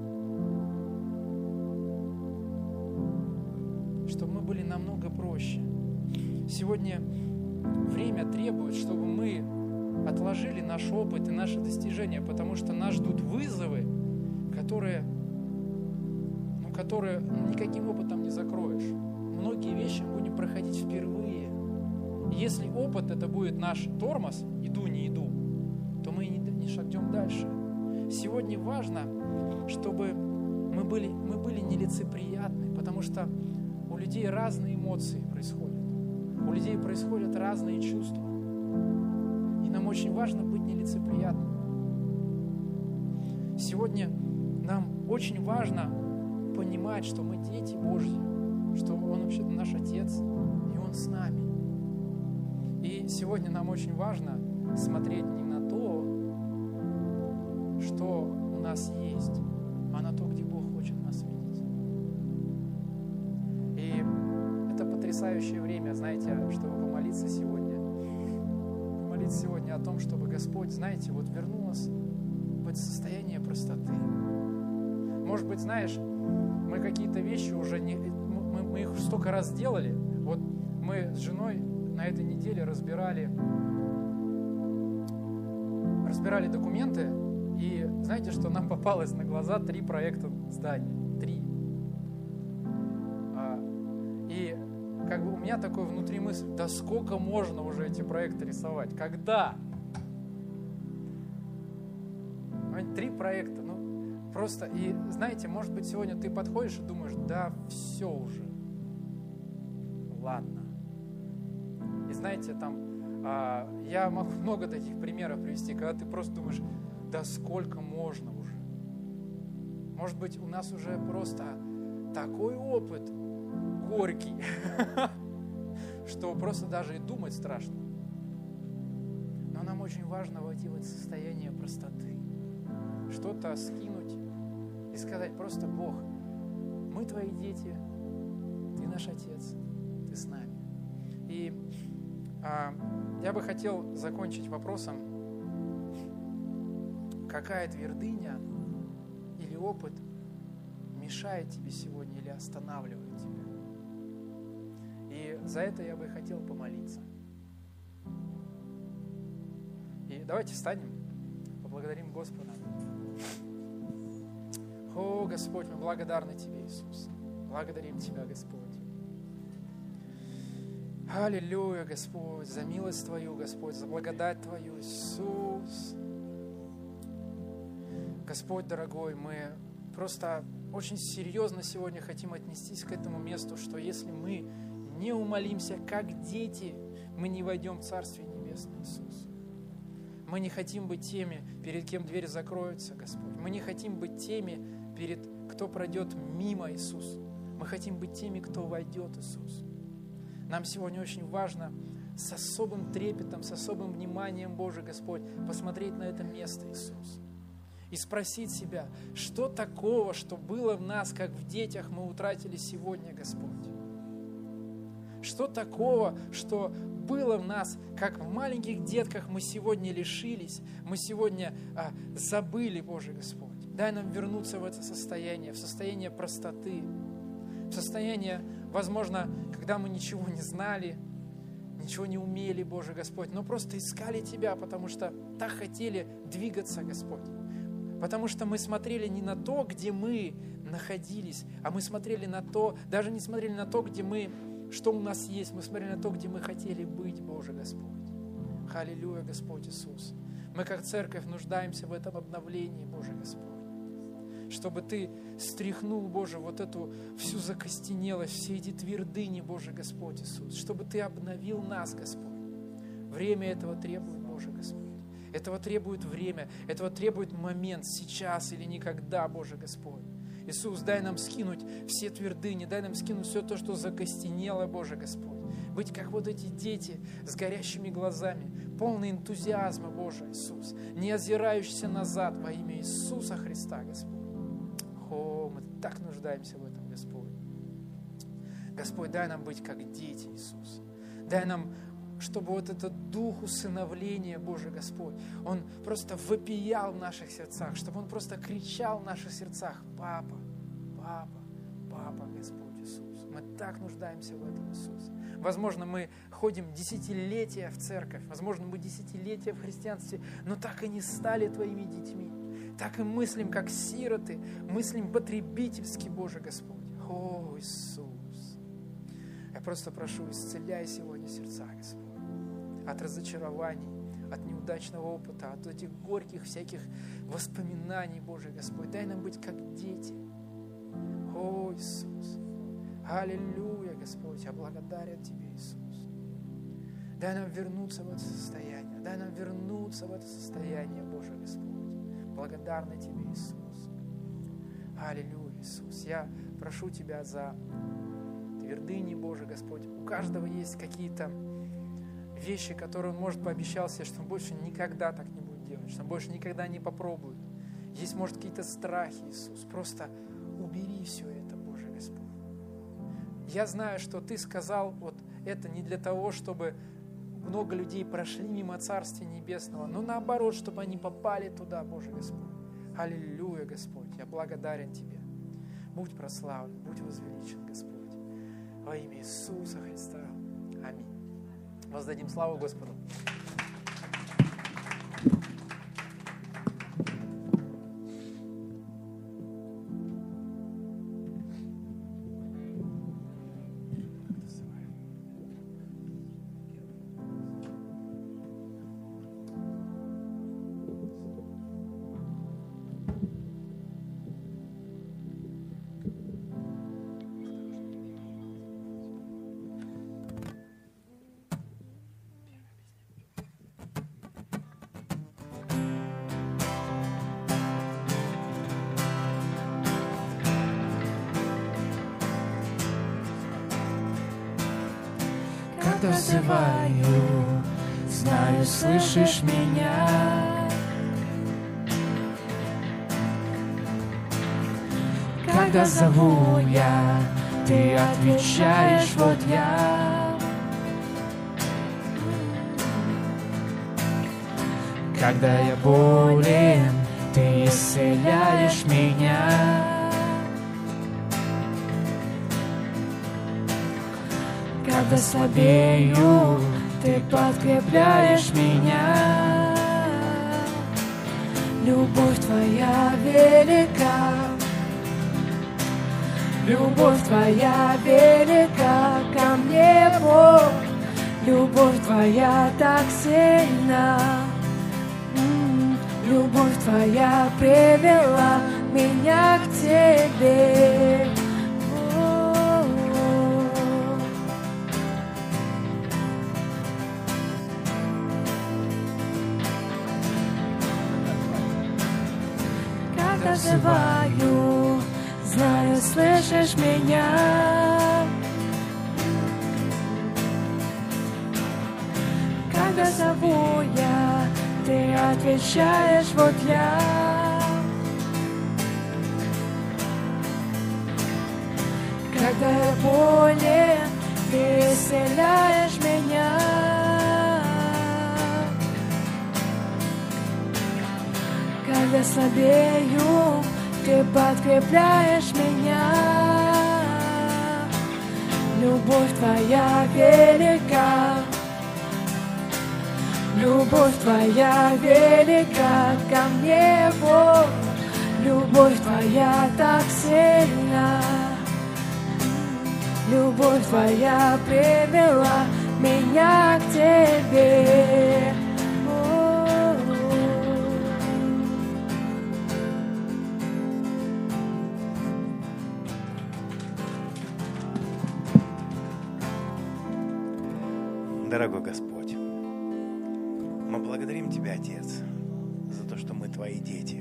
чтобы мы были намного проще. Сегодня время требует, чтобы мы отложили наш опыт и наши достижения, потому что нас ждут вызовы, которые, ну, которые никаким опытом не закроешь. Многие вещи мы будем проходить впервые. И если опыт это будет наш тормоз, иду, не иду, то мы не, не шагнем дальше. Сегодня важно, чтобы мы были, мы были нелицеприятны, потому что у людей разные эмоции происходят. У людей происходят разные чувства. И нам очень важно быть нелицеприятным. Сегодня нам очень важно понимать, что мы дети Божьи, что Он вообще-то наш Отец, и Он с нами. И сегодня нам очень важно смотреть не на то, что у нас есть, а на то, где Бог хочет нас видеть. И это потрясающее время, знаете, чтобы помолиться сегодня. Помолиться сегодня о том, чтобы Господь, знаете, вот вернул нас в это состояние простоты. Может быть, знаешь, мы какие-то вещи уже не... Мы, мы их столько раз делали. Вот мы с женой на этой неделе разбирали, разбирали документы, и знаете, что нам попалось на глаза три проекта здания. Три. А, и как бы у меня такой внутри мысль, да сколько можно уже эти проекты рисовать? Когда? Три проекта, ну просто, и знаете, может быть, сегодня ты подходишь и думаешь, да все уже, ладно. И знаете, там, а, я могу много таких примеров привести, когда ты просто думаешь, да сколько можно уже. Может быть, у нас уже просто такой опыт горький, что просто даже и думать страшно. Но нам очень важно войти в это состояние простоты, что-то скинуть и сказать просто: Бог, мы твои дети, ты наш Отец, ты с нами. И а, я бы хотел закончить вопросом: какая твердыня или опыт мешает тебе сегодня или останавливает тебя? И за это я бы хотел помолиться. И давайте встанем, поблагодарим Господа. О, Господь, мы благодарны Тебе, Иисус. Благодарим Тебя, Господь. Аллилуйя, Господь, за милость Твою, Господь, за благодать Твою, Иисус. Господь, дорогой, мы просто очень серьезно сегодня хотим отнестись к этому месту, что если мы не умолимся, как дети, мы не войдем в Царствие Небесное, Иисус. Мы не хотим быть теми, перед кем дверь закроется, Господь. Мы не хотим быть теми, перед кто пройдет мимо, Иисус. Мы хотим быть теми, кто войдет, Иисус. Нам сегодня очень важно с особым трепетом, с особым вниманием, Боже Господь, посмотреть на это место, Иисус. И спросить себя, что такого, что было в нас, как в детях, мы утратили сегодня, Господь? Что такого, что было в нас, как в маленьких детках мы сегодня лишились, мы сегодня а, забыли, Боже Господь. Дай нам вернуться в это состояние, в состояние простоты, в состояние, возможно, когда мы ничего не знали, ничего не умели, Боже Господь, но просто искали Тебя, потому что так хотели двигаться, Господь. Потому что мы смотрели не на то, где мы находились, а мы смотрели на то, даже не смотрели на то, где мы, что у нас есть, мы смотрели на то, где мы хотели быть, Боже Господь. Аллилуйя, Господь Иисус. Мы как церковь нуждаемся в этом обновлении, Боже Господь. Чтобы Ты стряхнул, Боже, вот эту всю закостенелость, все эти твердыни, Боже Господь Иисус. Чтобы Ты обновил нас, Господь. Время этого требует, Боже Господь. Этого требует время, этого требует момент, сейчас или никогда, Боже Господь. Иисус, дай нам скинуть все твердыни, дай нам скинуть все то, что закостенело, Боже Господь. быть как вот эти дети с горящими глазами, полные энтузиазма, Боже Иисус, не озирающиеся назад во имя Иисуса Христа, Господь. О, мы так нуждаемся в этом, Господь. Господь, дай нам быть как дети, Иисус. Дай нам, чтобы вот этот дух усыновления, Боже Господь, он просто вопиял в наших сердцах, чтобы он просто кричал в наших сердцах: Папа, Папа, Папа, Господь Иисус. Мы так нуждаемся в этом, Иисус. Возможно, мы ходим десятилетия в церковь, возможно, мы десятилетия в христианстве, но так и не стали Твоими детьми. Так и мыслим, как сироты, мыслим потребительски, Боже Господь. О, Иисус! Я просто прошу, исцеляй сегодня сердца, Господь, от разочарований, от неудачного опыта, от этих горьких всяких воспоминаний, Боже Господь. Дай нам быть как дети. О, Иисус! Аллилуйя, Господь! Я благодарен Тебе, Иисус. Дай нам вернуться в это состояние. Дай нам вернуться в это состояние, Боже Господь. Благодарны Тебе, Иисус. Аллилуйя, Иисус. Я прошу Тебя за твердыни, Боже Господь. У каждого есть какие-то вещи, которые он, может, пообещал себе, что он больше никогда так не будет делать, что он больше никогда не попробует. Есть, может, какие-то страхи, Иисус. Просто убери все это, Боже Господь. Я знаю, что Ты сказал вот это не для того, чтобы много людей прошли мимо Царствия Небесного, но наоборот, чтобы они попали туда, Боже Господь. Аллилуйя, Господь, я благодарен Тебе. Будь прославлен, будь возвеличен, Господь. Во имя Иисуса Христа. Аминь. Воздадим славу Господу. Когда взываю, знаю, слышишь меня. Когда зову я, ты отвечаешь: вот я. Когда я болен, ты исцеляешь меня. Когда слабею, ты подкрепляешь меня. Любовь Твоя велика, любовь Твоя велика ко мне, Бог. Любовь Твоя так сильна, любовь Твоя привела меня к Тебе. Называю, знаю, слышишь меня. Когда зову я, ты отвечаешь: вот я. Когда я болен, ты исцеляешь меня. Когда слабею, ты подкрепляешь меня. Любовь Твоя велика, любовь Твоя велика ко мне, Бог. Любовь Твоя так сильна, любовь Твоя привела меня к Тебе. Дорогой Господь, мы благодарим Тебя, Отец, за то, что мы Твои дети.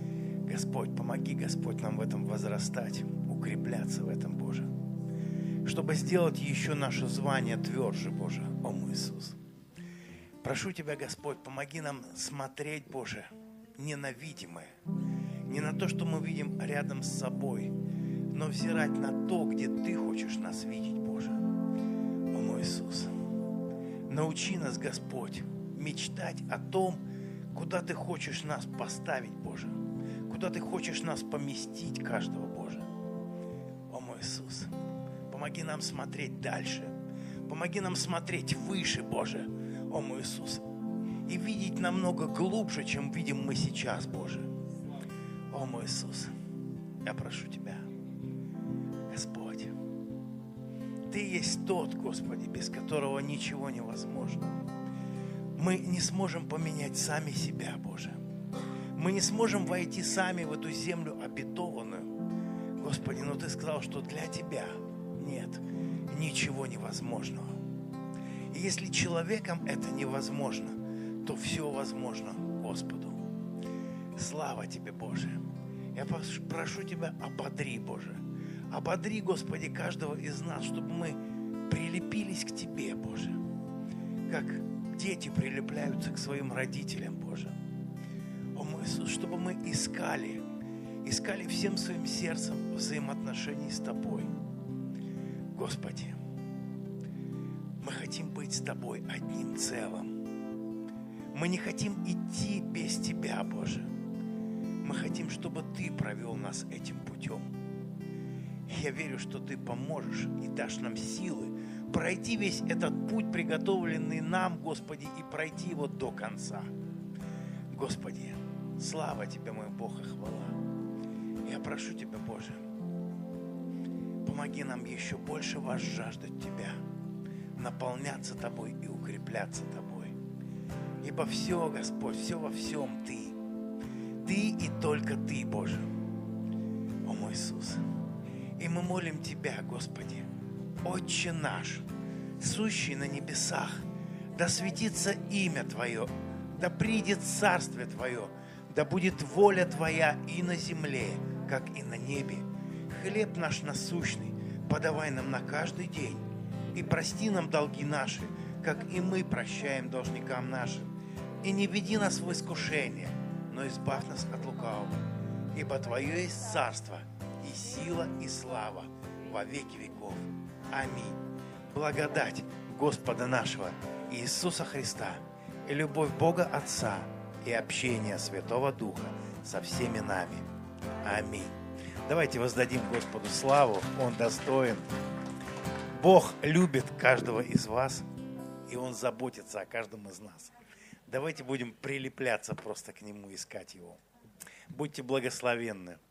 Господь, помоги, Господь, нам в этом возрастать, укрепляться в этом, Боже. чтобы сделать еще наше звание тверже, Боже, о мой Иисус. Прошу Тебя, Господь, помоги нам смотреть, Боже, не на видимое, не на то, что мы видим рядом с собой, но взирать на то, где Ты хочешь нас видеть, Боже, о мой Иисус. Научи нас, Господь, мечтать о том, куда Ты хочешь нас поставить, Боже, куда Ты хочешь нас поместить, каждого, Боже, о мой Иисус. Помоги нам смотреть дальше, помоги нам смотреть выше, Боже, о мой Иисус, и видеть намного глубже, чем видим мы сейчас, Боже, о мой Иисус. Я прошу Тебя, Господь, Ты есть тот, Господи, без которого ничего невозможно. Мы не сможем поменять сами себя, Боже. Мы не сможем войти сами в эту землю обетованную. Господи, но Ты сказал, что для Тебя нет ничего невозможного. И если человеком это невозможно, то все возможно Господу. Слава Тебе, Боже. Я прошу Тебя, ободри, Боже. Ободри, Господи, каждого из нас, чтобы мы прилепились к Тебе, Боже. Как дети прилепляются к своим родителям, Боже. О мой Иисус, чтобы мы искали, искали всем своим сердцем взаимоотношений с Тобой. Господи, мы хотим быть с Тобой одним целым. Мы не хотим идти без Тебя, Боже. Мы хотим, чтобы Ты провел нас этим путем. Я верю, что Ты поможешь и дашь нам силы пройти весь этот путь, приготовленный нам, Господи, и пройти его до конца. Господи, слава Тебе, мой Бог, и хвала. Я прошу Тебя, Боже, помоги нам еще больше возжаждать Тебя, наполняться Тобой и укрепляться Тобой. Ибо все, Господь, все во всем Ты. Ты и только Ты, Боже, о мой Иисус. И мы молим Тебя, Господи, Отче наш, сущий на небесах, да светится имя Твое, да придет царствие Твое, да будет воля Твоя и на земле, как и на небе. Хлеб наш насущный подавай нам на каждый день, и прости нам долги наши, как и мы прощаем должникам нашим. И не веди нас в искушение, но избавь нас от лукавого, ибо Твое есть царство, и сила, и слава во веки веков. Аминь. Благодать Господа нашего Иисуса Христа и любовь Бога Отца и общение Святого Духа со всеми нами. Аминь. Давайте воздадим Господу славу, Он достоин. Бог любит каждого из вас, и Он заботится о каждом из нас. Давайте будем прилепляться просто к Нему, искать Его. Будьте благословенны.